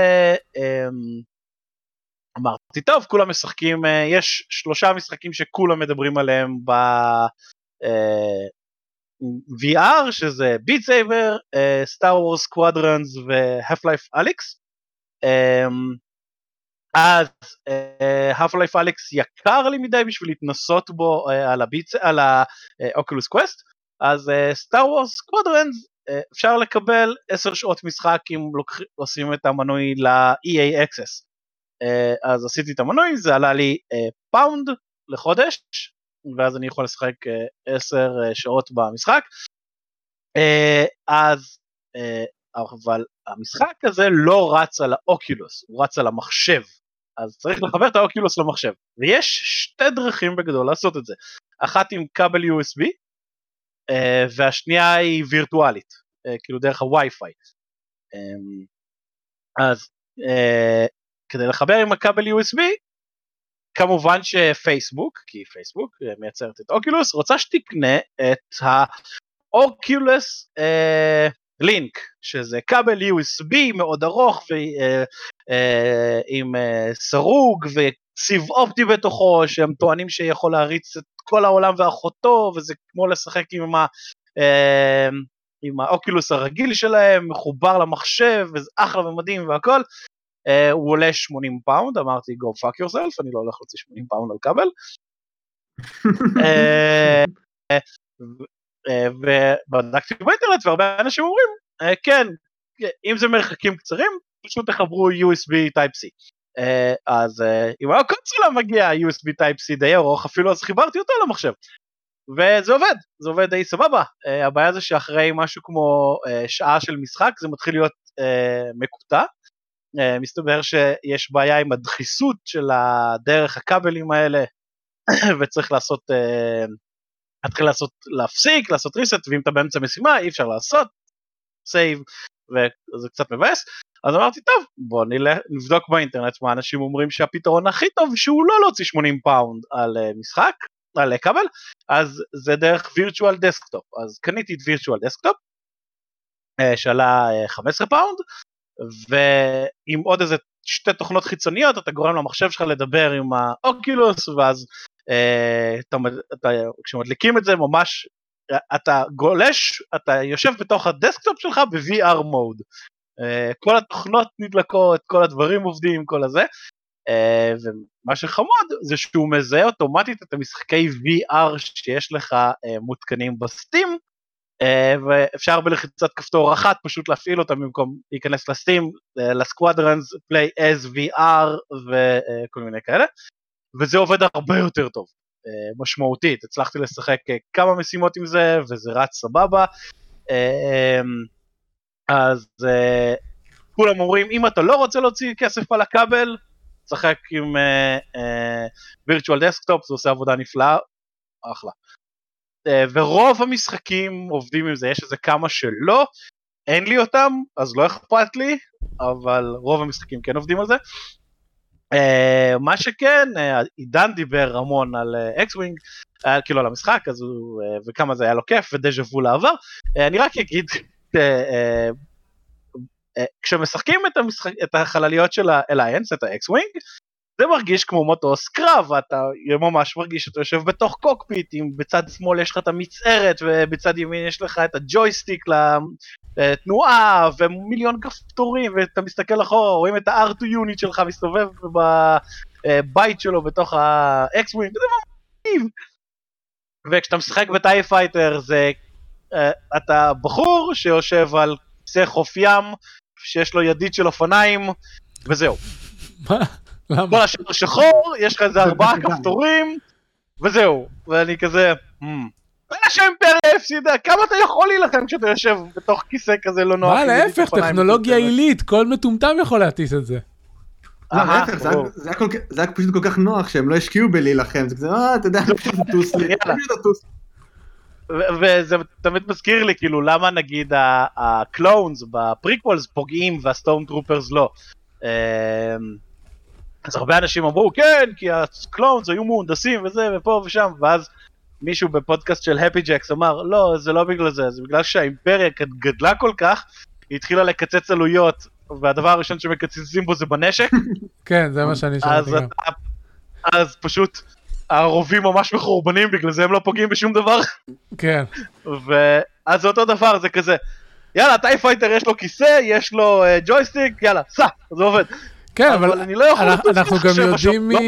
אמרתי, טוב, כולם משחקים, יש שלושה משחקים שכולם מדברים עליהם ב-וי אר, שזה ביט סייבר, סטאר וורס סקוואדרנס והאף-לייף אלייקס. אז האף-לייף אלייקס יקר לי מדי בשביל להתנסות בו על האוקולוס קווסט, אז סטאר וורס סקוואדרנס אפשר לקבל עשר שעות משחק אם עושים את המנוי ל-אי איי Access. אז עשיתי את המנוי, זה עלה לי פאונד לחודש, ואז אני יכול לשחק עשר שעות במשחק. אז, אבל המשחק הזה לא רץ על האוקולוס, הוא רץ על המחשב, אז צריך לחבר את האוקולוס למחשב, ויש שתי דרכים בגדול לעשות את זה, אחת עם כבל יו אס בי, והשנייה היא וירטואלית, כאילו דרך הווי-פיי. אז כדי לחבר עם הכבל יו אס בי, כמובן שפייסבוק, כי פייסבוק מייצרת את אוקולוס, רוצה שתקנה את האוקולוס לינק, שזה כבל יו אס בי מאוד ארוך, עם סרוג וסיב אופטי בתוכו, שהם טוענים שיכול להריץ את כל העולם ואחותו, וזה כמו לשחק עם ה... עם האוקולוס הרגיל שלהם, מחובר למחשב, וזה אחלה ומדהים והכל, Uh, הוא עולה שמונים פאונד, אמרתי go fuck yourself, אני לא הולך להוציא שמונים פאונד על כבל, uh, uh, ובדקתי באינטרנט, והרבה אנשים אומרים, uh, כן, אם זה מרחקים קצרים, פשוט תחברו יו אס בי Type-C, uh, אז uh, אם הקונסולה מגיע יו אס בי Type-C די ארוך, אפילו אז חיברתי אותו למחשב, וזה עובד, זה עובד די סבבה, uh, הבעיה זה שאחרי משהו כמו uh, שעה של משחק, זה מתחיל להיות uh, מקוטע, Uh, מסתבר שיש בעיה עם הדחיסות של הדרך הכבלים האלה, וצריך לעשות, uh, להתחיל לעשות, להפסיק, לעשות ריסט, ואם אתה באמצע משימה, אי אפשר לעשות סייב, וזה קצת מבאס, אז אמרתי, טוב, בוא נלך, נבדוק באינטרנט, מה אנשים אומרים שהפתרון הכי טוב, שהוא לא להוציא שמונים פאונד על uh, משחק, על uh, כבל, אז זה דרך וירטואל דסקטופ, אז קניתי את וירטואל דסקטופ, uh, שעלה uh, חמישה עשר פאונד, ועם עוד איזה שתי תוכנות חיצוניות, אתה גורם למחשב שלך לדבר עם האוקולוס, ואז אה, אתה, אתה, כשמדליקים את זה ממש, אתה גולש, אתה יושב בתוך הדסקטופ שלך ב-וי אר מוד, אה, כל התוכנות נדלקות, כל הדברים עובדים, כל הזה, אה, ומה שחמוד זה שהוא מזהה אוטומטית את המשחקי וי אר שיש לך אה, מותקנים בסטים, ואפשר בלחיצת כפתור אחת פשוט להפעיל אותם במקום להיכנס לסטים, לסקוואדרנס, פליי as וי אר וכל מיני כאלה, וזה עובד הרבה יותר טוב, משמעותית, הצלחתי לשחק כמה משימות עם זה, וזה רץ סבבה, אז כולם אומרים, אם אתה לא רוצה להוציא כסף על הכבל, תשחק עם וירטואל דסקטופ, זה עושה עבודה נפלאה, אחלה. ורוב המשחקים עובדים עם זה, יש איזה כמה שלא, אין לי אותם, אז לא אכפת לי, אבל רוב המשחקים כן עובדים על זה. מה שכן, עידן דיבר המון על אקס-ווינג, כאילו על המשחק, וכמה זה היה לו כיף, ודז'ה וו לעבר. אני רק אגיד, כשמשחקים את החלליות של האליינס, את האקס-ווינג, זה מרגיש כמו מטוס קרב, אתה ממש מרגיש שאתה יושב בתוך קוקפיט, אם בצד שמאל יש לך את המצערת, ובצד ימין יש לך את הג'ויסטיק לתנועה, ומיליון כפתורים, ואתה מסתכל אחורה, רואים את ה-אר טו יוניט שלך מסתובב בבית שלו בתוך ה-X-Wing, זה מגניב. וכשאתה משחק בטאי פייטר, זה, אתה בחור שיושב על כיסא חוף ים, שיש לו ידית של אופניים, וזהו.
מה? למה?
כל השאר שחור, יש לך איזה ארבעה כפתורים, וזהו. ואני כזה, שהאימפריה הפסידה, כמה אתה יכול להילחם כשאתה יושב בתוך כיסא כזה לא נוח?
מה, להפך, טכנולוגיה עילית, כל מטומטם יכול להטיס את זה.
זה היה פשוט כל כך נוח שהם לא השקיעו בלהילחם, זה כזה, אה, אתה יודע, פשוט טוס לי,
וזה תמיד מזכיר לי, כאילו, למה נגיד הקלונס בפריקוולס פוגעים והסטורם טרופרס לא. אז הרבה אנשים אמרו, כן, כי הקלונס היו מהונדסים וזה ופה ושם, ואז מישהו בפודקאסט של הפי ג'קס אמר, לא, זה לא בגלל זה, זה בגלל שהאימפריה גדלה כל כך, היא התחילה לקצץ עלויות, והדבר הראשון שמקצצים בו זה בנשק.
כן, זה מה שאני שמעתי גם.
אז פשוט הרובים ממש מחורבנים, בגלל זה הם לא פוגעים בשום דבר.
כן.
ואז זה אותו דבר, זה כזה, יאללה, טאי פייטר יש לו כיסא, יש לו ג'ויסטיק, יאללה, סע, זה עובד.
כן, אבל אנחנו גם יודעים מ...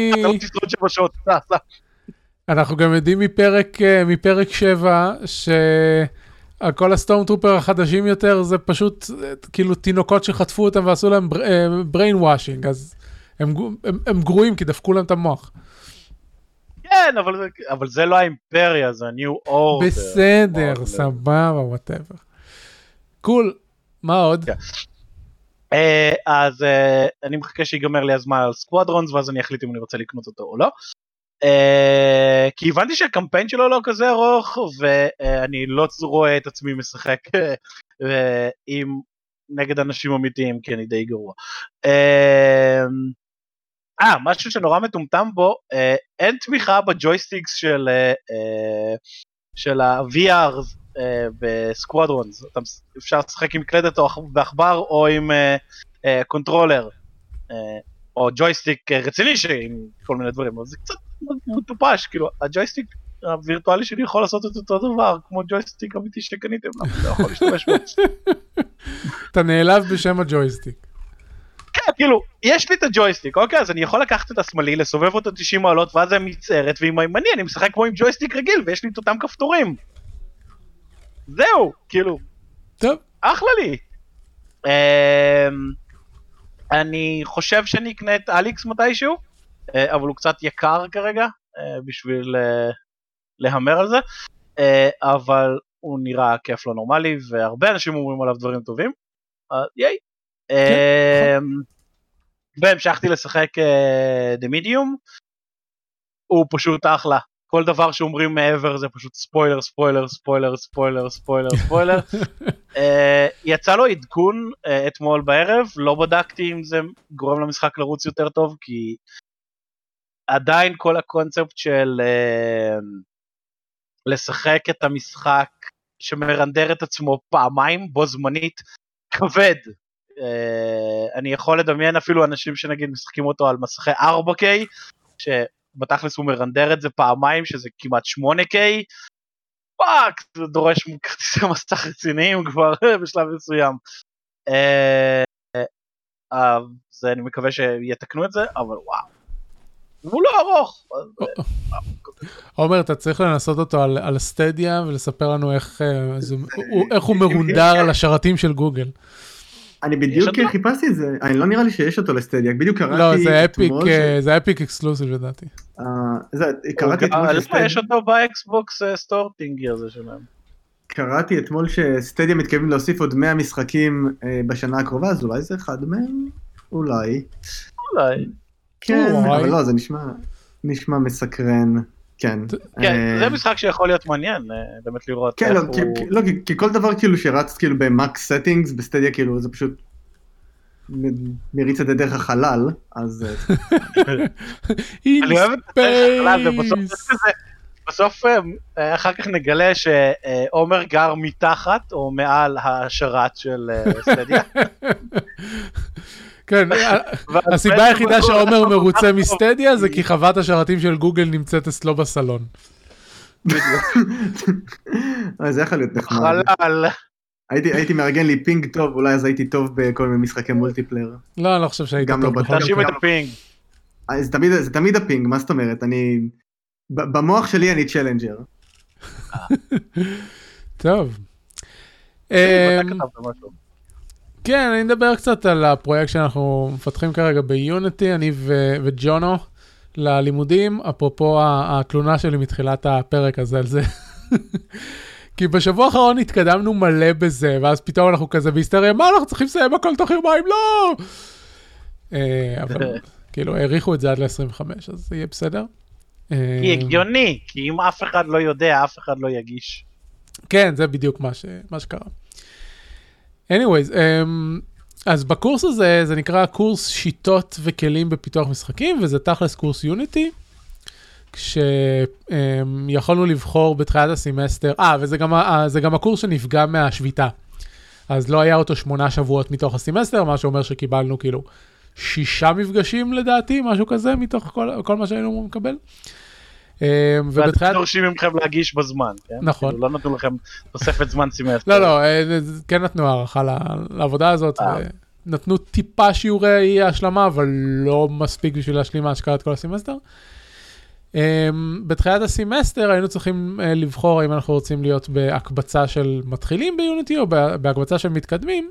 אנחנו גם יודעים מפרק, מפרק שבע, שכל הסטורם טרופר החדשים יותר, זה פשוט כאילו תינוקות שחטפו אותם ועשו להם brain washing, אז הם, הם, הם גרועים כי דפקו להם את המוח.
כן, אבל, אבל זה לא האימפריה, זה ה-new order.
בסדר, order. סבבה, whatever. קול, מה עוד?
כן. Uh, אז uh, אני מחכה שיגמר לי הזמן על סקוואדרונס, ואז אני אחליט אם אני רוצה לקנות אותו או לא. Uh, כי הבנתי שהקמפיין שלו לא כזה ארוך, ואני uh, לא רואה את עצמי משחק uh, עם נגד אנשים אמיתיים, כי אני די גרוע. אה, uh, uh, משהו שנורא מטומטם בו, uh, אין תמיכה בג'ויסטיקס של, uh, של ה-וי אר בסקוואדרונס, אפשר לשחק עם קלדת או בעכבר או עם קונטרולר או ג'ויסטיק רציני עם כל מיני דברים, אז זה קצת מטופש, כאילו הג'ויסטיק הווירטואלי שלי יכול לעשות את אותו דבר כמו ג'ויסטיק אמיתי שקניתם, לא יכול להשתמש בו.
אתה נעלב בשם הג'ויסטיק.
כן, כאילו, יש לי את הג'ויסטיק, אוקיי, אז אני יכול לקחת את השמאלי, לסובב אותו תשעים מעלות, ואז זה מצערת, ועם הימני אני משחק כמו עם ג'ויסטיק רגיל, ויש לי את אותם כפתורים. זהו, כאילו,
טוב.
אחלה לי. אני חושב שאני אקנה את אליקס מתישהו, אבל הוא קצת יקר כרגע, בשביל להמר על זה, אבל הוא נראה כיף לא נורמלי, והרבה אנשים אומרים עליו דברים טובים, ייי. והמשכתי לשחק The Medium, הוא פשוט אחלה. כל דבר שאומרים מעבר זה פשוט ספוילר, ספוילר, ספוילר, ספוילר, ספוילר, ספוילר. יצא לו עדכון אתמול בערב, לא בדקתי אם זה גורם למשחק לרוץ יותר טוב, כי עדיין כל הקונספט של לשחק את המשחק שמרנדר את עצמו פעמיים בו זמנית כבד. אני יכול לדמיין אפילו אנשים שנגיד משחקים אותו על מסכי ארבע קיי, ש... בתכלס הוא מרנדר את זה פעמיים, שזה כמעט שמונה קיי, פאק, זה דורש כרטיסי מסך רציניים כבר בשלב מסוים. אז אני מקווה שיתקנו את זה, אבל וואו. הוא לא ארוך.
עומר, אתה צריך לנסות אותו על סטדיה ולספר לנו איך הוא מרונדר על השרתים של גוגל.
אני בדיוק חיפשתי את זה, אני לא נראה לי שיש אותו לסטדיה, בדיוק קראתי...
לא, זה אפיק, זה אפיק אקסקלוסיב לדעתי.
קראתי אתמול
שסטדיה... יש אותו באקסבוקס סטורטינג הזה שלהם.
קראתי אתמול שסטדיה מתכוונים להוסיף עוד מאה משחקים בשנה הקרובה, אז אולי זה אחד מהם? אולי.
אולי.
כן, אבל לא, זה נשמע, נשמע מסקרן. כן.
כן, זה משחק שיכול להיות מעניין, באמת לראות.
כן, לא, כי כל דבר כאילו שרץ כאילו במקס סטינגס, בסטדיה כאילו זה פשוט מריץ את דרך החלל, אז...
אני אוהב את דרך החלל, ובסוף אחר כך נגלה שעומר גר מתחת או מעל השרת של סטדיה.
כן, הסיבה היחידה שעומר מרוצה מסטדיה זה כי חוות השרתים של גוגל נמצאת אצלו בסלון.
זה יכול להיות נחמד.
חלל.
הייתי מארגן לי פינג טוב, אולי אז הייתי טוב בכל מיני משחקי מולטיפלייר.
לא, אני לא חושב שהייתי טוב.
תרשים את הפינג.
זה תמיד הפינג, מה זאת אומרת? אני... במוח שלי אני צ'לנג'ר.
טוב. כן, אני מדבר קצת על הפרויקט שאנחנו מפתחים כרגע ביוניטי, אני וג'ונו, ללימודים, אפרופו התלונה שלי מתחילת הפרק הזה על זה. כי בשבוע האחרון התקדמנו מלא בזה, ואז פתאום אנחנו כזה בהיסטריה, מה אנחנו צריכים לסיים הכל תוך יומיים? לא! אבל כאילו, העריכו את זה עד ל-עשרים וחמש, אז זה יהיה בסדר.
כי הגיוני, כי אם אף אחד לא יודע, אף אחד לא יגיש.
כן, זה בדיוק מה שקרה. anyways, um, אז בקורס הזה, זה נקרא קורס שיטות וכלים בפיתוח משחקים, וזה תכלס קורס יוניטי, כשיכולנו um, לבחור בתחילת הסמסטר, אה, וזה גם, uh, זה גם הקורס שנפגע מהשביתה, אז לא היה אותו שמונה שבועות מתוך הסמסטר, מה שאומר שקיבלנו כאילו שישה מפגשים לדעתי, משהו כזה, מתוך כל, כל מה שהיינו מקבל.
ואתם דורשים ממכם להגיש בזמן, כן?
נכון.
לא נתנו לכם תוספת זמן סמסטר.
לא, לא, כן נתנו הערכה לעבודה הזאת, נתנו טיפה שיעורי השלמה, אבל לא מספיק בשביל להשלים ההשקעה את כל הסמסטר. בתחילת הסמסטר היינו צריכים לבחור אם אנחנו רוצים להיות בהקבצה של מתחילים ביוניטי, או בהקבצה של מתקדמים,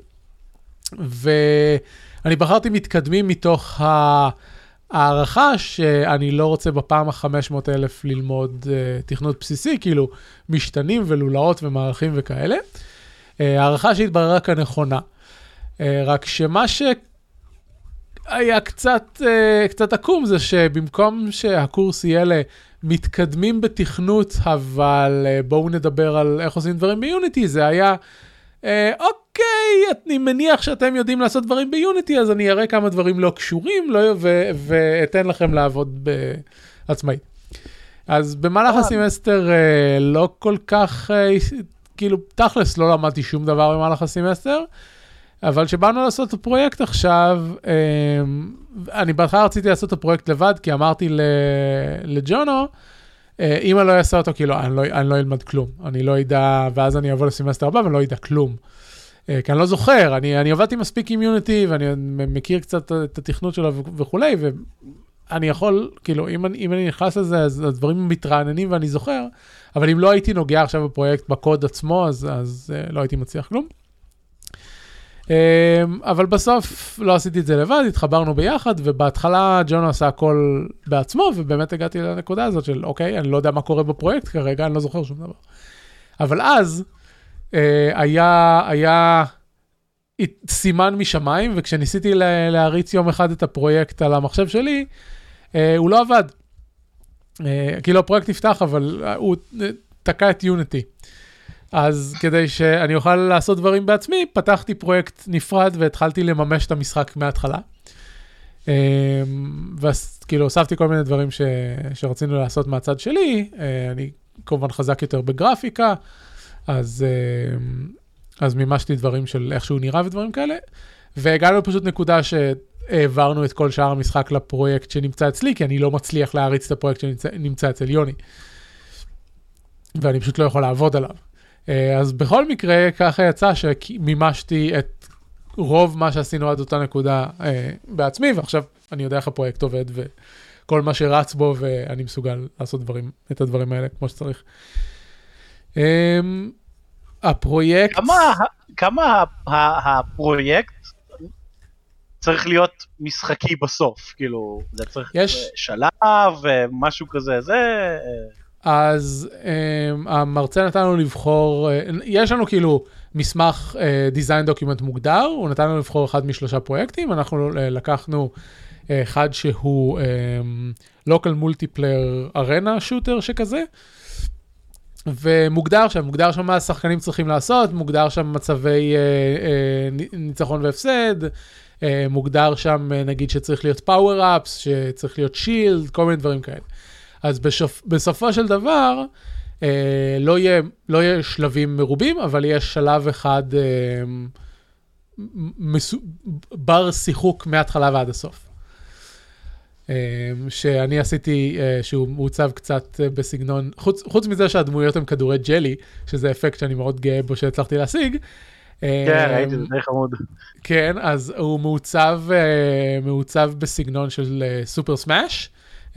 ואני בחרתי מתקדמים מתוך ה... הערכה שאני לא רוצה בפעם ה-חמש מאות אלף ללמוד uh, תכנות בסיסי, כאילו משתנים ולולאות ומערכים וכאלה. Uh, הערכה שהתבררה כנכונה. Uh, רק שמה שהיה קצת, uh, קצת עקום זה שבמקום שהקורס יהיה למתקדמים בתכנות, אבל uh, בואו נדבר על איך עושים דברים ביוניטי, זה היה... Uh, אוקיי, אני מניח שאתם יודעים לעשות דברים ביוניטי, אז אני אראה כמה דברים לא קשורים, לא, ו- ואתן לכם לעבוד בעצמאי. אז במהלך uh, הסמסטר uh, לא כל כך, uh, כאילו תכלס לא למדתי שום דבר במהלך הסמסטר, אבל שבאנו לעשות את הפרויקט עכשיו, uh, אני בהתחלה רציתי לעשות את הפרויקט לבד, כי אמרתי לג'ונו, אם אני לא אעשה אותו, כאילו, אני לא, אני לא אלמד כלום. אני לא ידע, ואז אני אבוא לסמסטר הבא, ואני לא ידע כלום. כי אני לא זוכר, אני, אני עבדתי מספיק עם יוניטי, ואני מכיר קצת את התכנות שלו וכולי, ואני יכול, כאילו, אם אני, אם אני נכנס לזה, אז הדברים מתרעננים ואני זוכר, אבל אם לא הייתי נוגע עכשיו בפרויקט, בקוד עצמו, אז, אז לא הייתי מצליח כלום. אבל בסוף לא עשיתי את זה לבד, התחברנו ביחד, ובהתחלה ג'ונו עשה הכל בעצמו, ובאמת הגעתי לנקודה הזאת של, אוקיי, אני לא יודע מה קורה בפרויקט כרגע, אני לא זוכר שום דבר. אבל אז היה, היה סימן משמיים, וכשניסיתי להריץ יום אחד את הפרויקט על המחשב שלי, הוא לא עבד. כאילו הפרויקט נפתח, אבל הוא תקע את יוניטי. אז כדי שאני אוכל לעשות דברים בעצמי, פתחתי פרויקט נפרד והתחלתי לממש את המשחק מההתחלה. ואז כאילו הוספתי כל מיני דברים ש... שרצינו לעשות מהצד שלי, אני כמובן חזק יותר בגרפיקה, אז, אז מימשתי דברים של איך שהוא נראה ודברים כאלה, והגענו פשוט נקודה שהעברנו את כל שאר המשחק לפרויקט שנמצא אצלי, כי אני לא מצליח להריץ את הפרויקט שנמצא אצל יוני. ואני פשוט לא יכול לעבוד עליו. אז בכל מקרה, ככה יצא שמימשתי את רוב מה שעשינו עד אותה נקודה בעצמי, ועכשיו אני יודע איך הפרויקט עובד, כל מה שרץ בו, ואני מסוגל לעשות דברים, את הדברים האלה כמו שצריך. הפרויקט...
כמה, כמה הפרויקט צריך להיות משחקי בסוף? כאילו, זה צריך
יש...
שלב, משהו כזה, זה...
אז um, המרצה נתן לנו לבחור, uh, יש לנו כאילו מסמך דיזיין uh, דוקימנט מוגדר, הוא נתן לנו לבחור אחד משלושה פרויקטים, אנחנו uh, לקחנו uh, אחד שהוא um, local multiplayer arena shooter שכזה, ומוגדר שם, מוגדר שם מה השחקנים צריכים לעשות, מוגדר שם מצבי uh, uh, ניצחון והפסד, uh, מוגדר שם uh, נגיד שצריך להיות power-ups, שצריך להיות shield, כל מיני דברים כאלה. אז בשופ... בסופו של דבר, אה, לא יהיה, לא יהיה שלבים מרובים, אבל יש שלב אחד אה, מסו... בר שיחוק מההתחלה ועד הסוף. אה, שאני עשיתי, אה, שהוא מעוצב קצת אה, בסגנון, חוץ, חוץ מזה שהדמויות הן כדורי ג'לי, שזה אפקט שאני מאוד גאה בו שהצלחתי להשיג.
כן, ראיתי, זה די חמוד.
כן, אז הוא מעוצב, אה, מעוצב בסגנון של אה, סופר סמאש,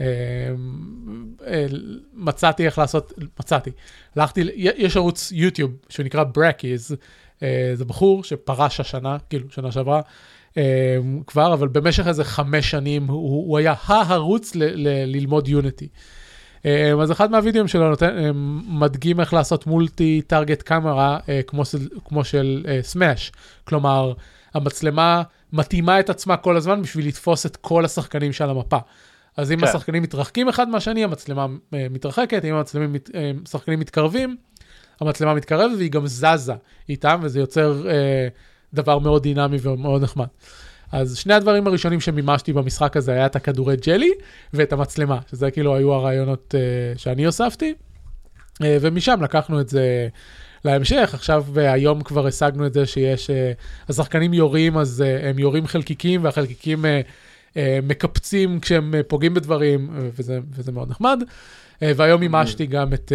מצאתי איך לעשות, מצאתי, הלכתי, יש ערוץ יוטיוב שנקרא ברקיז, זה בחור שפרש השנה, כאילו שנה שעברה כבר, אבל במשך איזה חמש שנים הוא היה הערוץ ללמוד יוניטי. אז אחד מהווידאוים שלו נותן, מדגים איך לעשות מולטי טארגט קאמרה כמו של סמאש, כלומר המצלמה מתאימה את עצמה כל הזמן בשביל לתפוס את כל השחקנים של המפה. אז אם כן. השחקנים מתרחקים אחד מהשני, המצלמה מתרחקת, אם השחקנים מתקרבים, המצלמה מתקרבת והיא גם זזה איתם, וזה יוצר אה, דבר מאוד דינמי ומאוד נחמד. אז שני הדברים הראשונים שמימשתי במשחק הזה היה את הכדורי ג'לי ואת המצלמה, שזה כאילו היו הרעיונות אה, שאני הוספתי, אה, ומשם לקחנו את זה להמשך. עכשיו היום כבר השגנו את זה שיש, אה, השחקנים יורים, אז אה, הם יורים חלקיקים, והחלקיקים... אה, מקפצים כשהם פוגעים בדברים, וזה, וזה מאוד נחמד. והיום מימשתי גם את,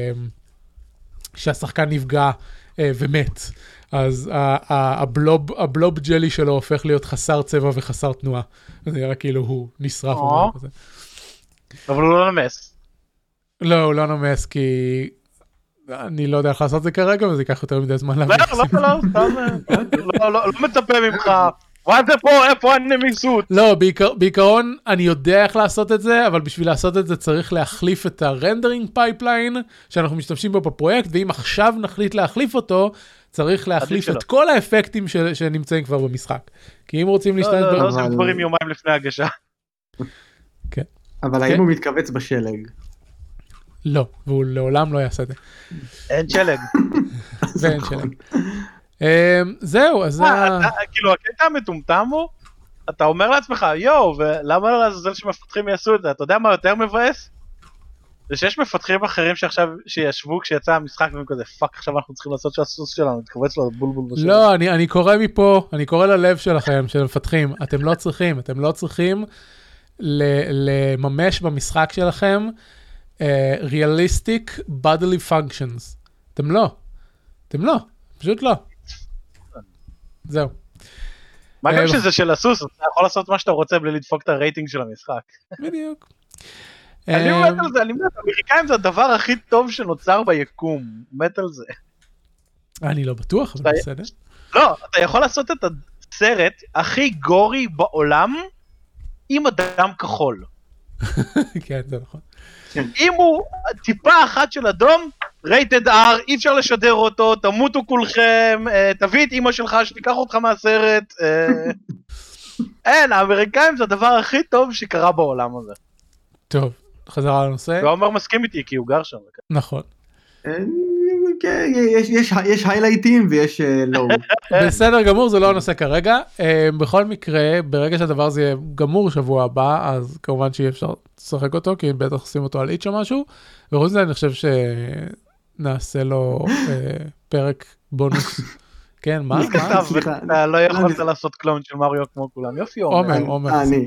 שהשחקן נפגע ומת. אז הבלוב, הבלוב ג'לי שלו הופך להיות חסר צבע וחסר תנועה. זה נראה כאילו הוא נשרף או משהו כזה.
אבל הוא לא נמס.
לא, הוא לא נמס, כי אני לא יודע איך לעשות את זה כרגע, וזה ייקח יותר מדי זמן להביא.
לא, לא, לא, לא מצפה ממך. מה זה פה? איפה הנמיסות?
לא, בעיקר, בעיקרון אני יודע איך לעשות את זה, אבל בשביל לעשות את זה צריך להחליף את הרנדרינג פייפליין שאנחנו משתמשים בו בפרויקט, ואם עכשיו נחליט להחליף אותו, צריך להחליף את כל האפקטים ש... שנמצאים כבר במשחק. כי אם רוצים להשתמש...
לא, לא, לא, זה דברים יומיים לפני הגשה.
כן.
אבל האם הוא מתכווץ בשלג?
לא, והוא לעולם לא יעשה את זה.
אין שלג.
ואין שלג. זהו, אז...
כאילו, הקטע המטומטם הוא, אתה אומר לעצמך, יואו, ולמה זה שמפתחים יעשו את זה? אתה יודע מה יותר מבאס? זה שיש מפתחים אחרים שעכשיו, שישבו כשיצא המשחק, והם כזה, פאק, עכשיו אנחנו צריכים לעשות שהסוס שלנו, תקבץ לו בולבול בשביל.
לא, אני קורא מפה, אני קורא ללב שלכם, של המפתחים, אתם לא צריכים, אתם לא צריכים לממש במשחק שלכם realistic bodily functions. אתם לא. אתם לא. פשוט לא. זהו.
מה גם שזה של הסוס, אתה יכול לעשות מה שאתה רוצה בלי לדפוק את הרייטינג של המשחק.
בדיוק.
אני מת על זה, אני מת, אמריקאים זה הדבר הכי טוב שנוצר ביקום, מת על זה.
אני לא בטוח, אבל בסדר.
לא, אתה יכול לעשות את הסרט הכי גורי בעולם עם אדם כחול.
כן, זה נכון.
אם הוא טיפה אחת של אדום, רייטד אר, אי אפשר לשדר אותו, תמותו כולכם, תביא את אמא שלך שתיקח אותך מהסרט. אין, האמריקאים זה הדבר הכי טוב שקרה בעולם הזה.
טוב, חזרה לנושא.
ועומר מסכים איתי כי הוא גר שם.
נכון.
יש היילייטים ויש לא.
בסדר גמור, זה לא הנושא כרגע. בכל מקרה, ברגע שהדבר הזה יהיה גמור שבוע הבא, אז כמובן שיהיה אפשר לשחק אותו, כי בטח עושים אותו על איץ' או משהו, וחוץ מזה אני חושב שנעשה לו פרק בונוס. כן, מה?
מי כתב? אתה לא יכולת לעשות קלון של מריו כמו כולם. יופי, עומר.
עומר, עומר.
אני.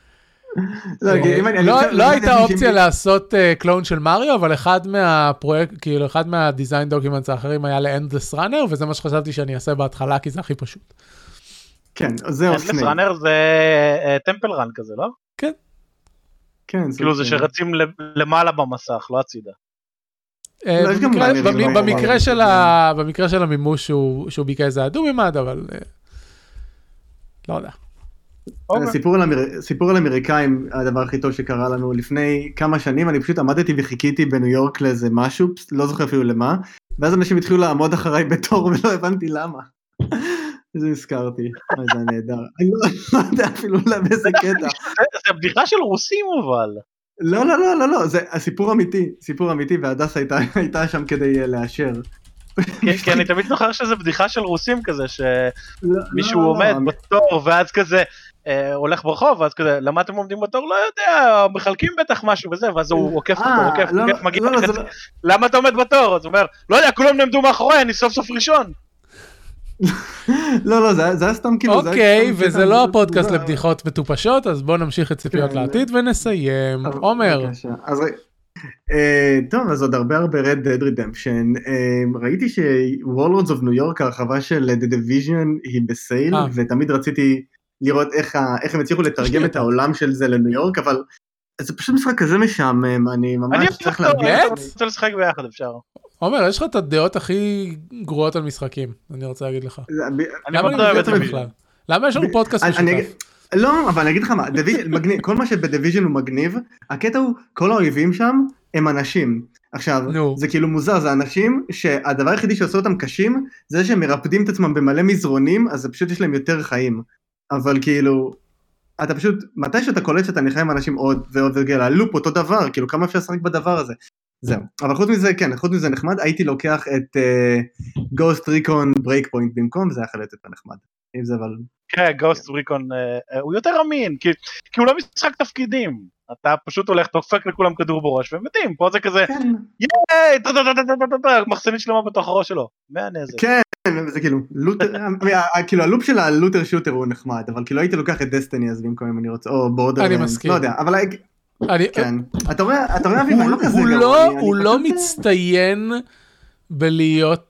לא הייתה אופציה לעשות קלון של מריו, אבל אחד מהפרויקט, כאילו אחד מהדיזיין דוקימנטס האחרים היה לאנדלס ראנר, וזה מה שחשבתי שאני אעשה בהתחלה, כי זה הכי פשוט.
כן, זהו סנייק.
אנדלס ראנר זה טמפל רן כזה, לא?
כן.
כן,
כאילו זה שרצים למעלה במסך, לא הצידה.
במקרה של המימוש שהוא ביקש זה הדו-מימד, אבל לא יודע.
סיפור על אמריקאים, הדבר הכי טוב שקרה לנו לפני כמה שנים, אני פשוט עמדתי וחיכיתי בניו יורק לאיזה משהו, לא זוכר אפילו למה, ואז אנשים התחילו לעמוד אחריי בתור ולא הבנתי למה. זה הזכרתי, זה נהדר. אני לא יודע אפילו באיזה קטע.
זה בדיחה של רוסים אבל.
לא, לא, לא, לא, לא, זה הסיפור אמיתי, סיפור אמיתי, והדס הייתה שם כדי לאשר.
כי אני תמיד זוכר שזה בדיחה של רוסים כזה, שמישהו עומד בתור, ואז כזה הולך ברחוב, ואז כזה, למה אתם עומדים בתור? לא יודע, מחלקים בטח משהו וזה, ואז הוא עוקף אותו, עוקף, עוקף, מגיע כזה, למה אתה עומד בתור? אז הוא אומר, לא יודע, כולם נעמדו מאחורי, אני סוף סוף ראשון.
לא, לא, זה היה סתם כאילו...
אוקיי, וזה לא הפודקאסט לבדיחות מטופשות, אז בואו נמשיך את ציפיות לעתיד ונסיים. עומר.
טוב, אז עוד הרבה הרבה Red Dead Redemption. ראיתי ש-Warlords of New York, הרחבה של The Division היא בסייל, ותמיד רציתי לראות איך הם הצליחו לתרגם את העולם של זה לניו יורק, אבל זה פשוט משחק כזה משעמם, אני ממש צריך להבין.
אני רוצה לשחק ביחד, אפשר.
עומר, יש לך את הדעות הכי גרועות על משחקים, אני רוצה להגיד לך.
למה אני מבין את זה בכלל?
למה יש לנו פודקאסט משותף?
לא, אבל אני אגיד לך מה, כל מה שבדיוויז'ן הוא מגניב, הקטע הוא, כל האויבים שם הם אנשים. עכשיו, זה כאילו מוזר, זה אנשים שהדבר היחידי שעושה אותם קשים, זה שהם מרפדים את עצמם במלא מזרונים, אז זה פשוט יש להם יותר חיים. אבל כאילו, אתה פשוט, מתי שאתה קולט שאתה נחיה עם אנשים עוד ועוד וגל, הלופ אותו דבר, כאילו כמה אפשר לשחק בדבר הזה. זהו, אבל חוץ מזה, כן, חוץ מזה נחמד, הייתי לוקח את Ghost Recon Breakpoint במקום, זה היה חלט יותר נחמד. אם זה אבל...
כן, Ghost Recon הוא יותר אמין, כי הוא לא משחק תפקידים, אתה פשוט הולך, תופק לכולם כדור בראש, ומתים, פה זה כזה, ייי, מחסנית שלמה בתוך הראש שלו, מהנזק.
כן, זה כאילו, כאילו הלופ של הלוטר שוטר הוא נחמד, אבל כאילו הייתי לוקח את דסטיני אז במקום אם אני רוצה, או בורדרלנדס, לא יודע, אבל... כן, אתה רואה, אתה רואה אביב, אני לא כזה גרוע.
הוא לא מצטיין בלהיות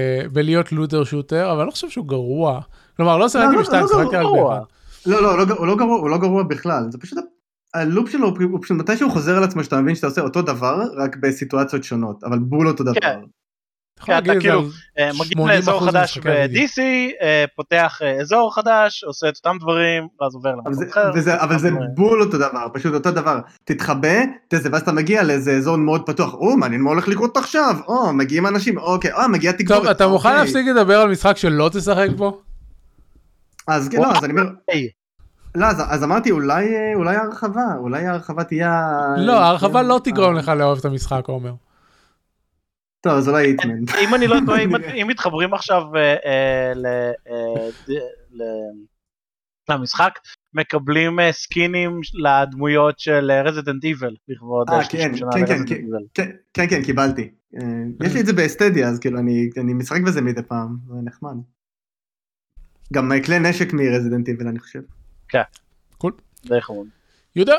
לוטר שוטר, אבל אני לא חושב שהוא גרוע. כלומר, לא שחקתי בשתיים, שחקתי רק באחד.
לא, לא, הוא לא גרוע בכלל, זה פשוט, הלופ שלו הוא פשוט מתי שהוא חוזר על עצמו, שאתה מבין שאתה עושה אותו דבר, רק בסיטואציות שונות, אבל בול אותו דבר.
אתה כאילו מגיע לאזור חדש ב-די סי, פותח אזור חדש, עושה את אותם דברים, ואז עובר למקום אחר.
אבל זה בול אותו דבר, פשוט אותו דבר. תתחבא, ואז אתה מגיע לאיזה אזור מאוד פתוח, או, מעניין מה הולך לקרות עכשיו, או, מגיעים אנשים, אוקיי, או, מגיע תגבורת.
טוב, אתה מוכן להפסיק לדבר על משחק שלא תשחק בו?
אז כן, לא, אז אני אומר... לא, אז אמרתי, אולי ההרחבה, אולי ההרחבה תהיה...
לא, ההרחבה לא תגרום לך לאהוב את המשחק, עומר.
טוב, אז אולי איטמן.
אם אני לא טועה, אם מתחברים עכשיו למשחק, מקבלים סקינים לדמויות של רזידנט איבל, לכבוד שלושים שנה לרזידנט איבל.
כן, כן, קיבלתי. יש לי את זה באסטדיה, אז כאילו אני משחק בזה מדי פעם, זה נחמד. גם כלי נשק מרזידנט איבל, אני חושב.
כן.
קול.
די חמוד.
יהודה.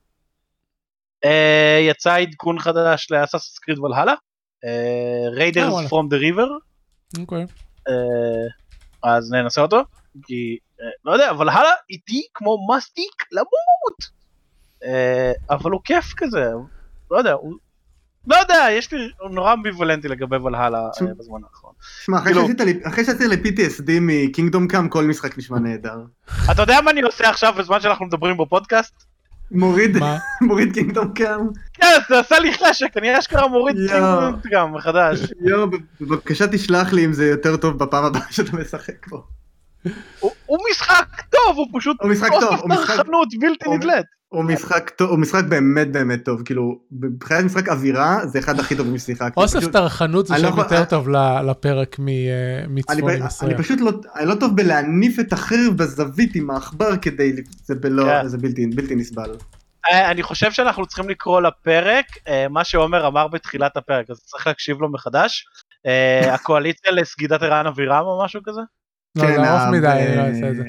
יצא עדכון חדש לאסאסינס קריד ולהלה. ריידרס פרום דה ריבר.
אוקיי.
אז ננסה אותו, כי לא יודע, אבל הלאה איתי כמו מסטיק למות. אבל הוא כיף כזה, לא יודע, לא יודע, יש לי נורא אמביוולנטי לגבי ולהלה בזמן האחרון.
שמע, אחרי שעשיתי ל-פי טי אס די מקינגדום קאם, כל משחק נשמע נהדר.
אתה יודע מה אני עושה עכשיו בזמן שאנחנו מדברים בפודקאסט?
מוריד, מוריד קינגדום קאם.
כן, זה עשה לי חשק, אני אשכרה מוריד קינגדום קאם מחדש.
יו, בבקשה תשלח לי אם זה יותר טוב בפעם הבאה שאתה משחק בו.
הוא משחק טוב, הוא פשוט אוסף תרחנות בלתי נדלת.
הוא משחק טוב, הוא משחק באמת באמת טוב, כאילו, בחיית משחק אווירה, זה אחד הכי טובים ששיחקתי.
אוסף תרחנות זה שם יותר טוב לפרק מצפון עם ישראל.
אני פשוט לא טוב בלהניף את החרב בזווית עם העכבר כדי, זה בלתי נסבל.
אני חושב שאנחנו צריכים לקרוא לפרק, מה שעומר אמר בתחילת הפרק, אז צריך להקשיב לו מחדש, הקואליציה לסגידת ערן אבירם או משהו כזה?
לא, זה ארוך מדי, אני לא אעשה את זה.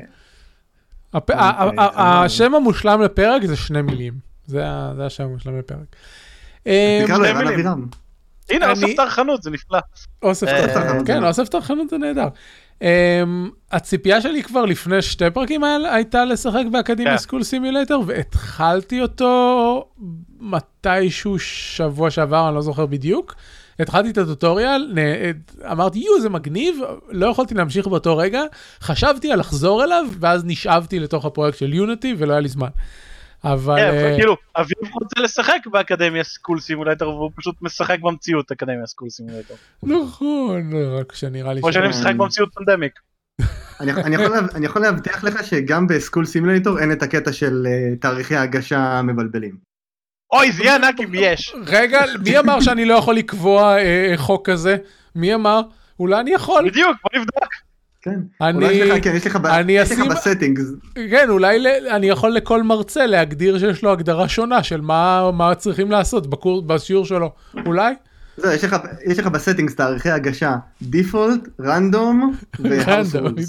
השם המושלם לפרק זה שני מילים, זה השם המושלם לפרק.
תקרא לו ערן אבירם.
הנה, אוסף תרחנות, זה נפלא.
אוסף תרחנות, כן, אוסף תרחנות זה נהדר. הציפייה שלי כבר לפני שתי פרקים האלה הייתה לשחק באקדמיה סקול סימולטור, והתחלתי אותו מתישהו שבוע שעבר, אני לא זוכר בדיוק. התחלתי את הטוטוריאל, אמרתי, יו, זה מגניב, לא יכולתי להמשיך באותו רגע, חשבתי על לחזור אליו, ואז נשאבתי לתוך הפרויקט של יוניטי, ולא היה לי זמן. אבל...
כן, כאילו, אביב רוצה לשחק באקדמיה סקול סימולטור, והוא פשוט משחק במציאות אקדמיה סקול סימולטור.
נכון, רק שנראה לי...
כמו שאני משחק במציאות פנדמיק.
אני יכול להבטיח לך שגם בסקול סימולטור אין את הקטע של תאריכי ההגשה מבלבלים.
אוי, זה יהיה ענק אם יש.
רגע, מי אמר שאני לא יכול לקבוע חוק כזה? מי אמר? אולי אני יכול.
בדיוק, בוא נבדוק.
כן, אולי יש לך, כן, יש לך בסטינגס.
כן, אולי אני יכול לכל מרצה להגדיר שיש לו הגדרה שונה של מה צריכים לעשות בשיעור שלו. אולי?
זה, יש לך בסטינגס תאריכי הגשה, דיפולט, רנדום והאוסולס.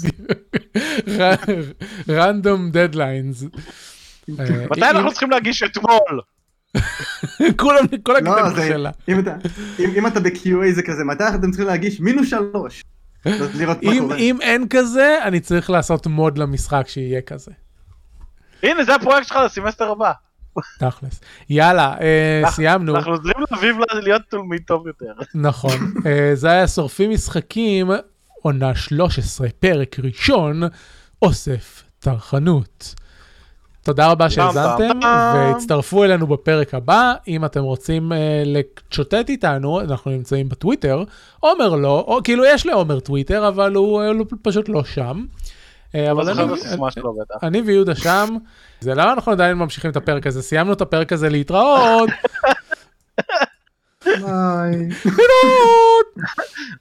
רנדום דדליינס.
מתי אנחנו צריכים להגיש אתמול?
כולם, כל הקטעים שלה.
אם אתה ב-קיו איי זה כזה, מתי אתם צריכים להגיש? מינוס שלוש.
אם אין כזה, אני צריך לעשות מוד למשחק שיהיה כזה.
הנה, זה הפרויקט שלך לסמסטר הבא.
תכלס. יאללה, סיימנו.
אנחנו עוזרים לאביב להיות תלמיד טוב יותר.
נכון. זה היה שורפים משחקים, עונה שלוש עשרה, פרק ראשון, אוסף טרחנות. תודה רבה שהזנתם, והצטרפו אלינו בפרק הבא. אם אתם רוצים לצ'וטט איתנו, אנחנו נמצאים בטוויטר. עומר לא, או כאילו יש לעומר טוויטר, אבל הוא פשוט לא שם. אבל אני ויהודה שם. זה למה אנחנו עדיין ממשיכים את הפרק הזה? סיימנו את הפרק הזה להתראות.
ביי.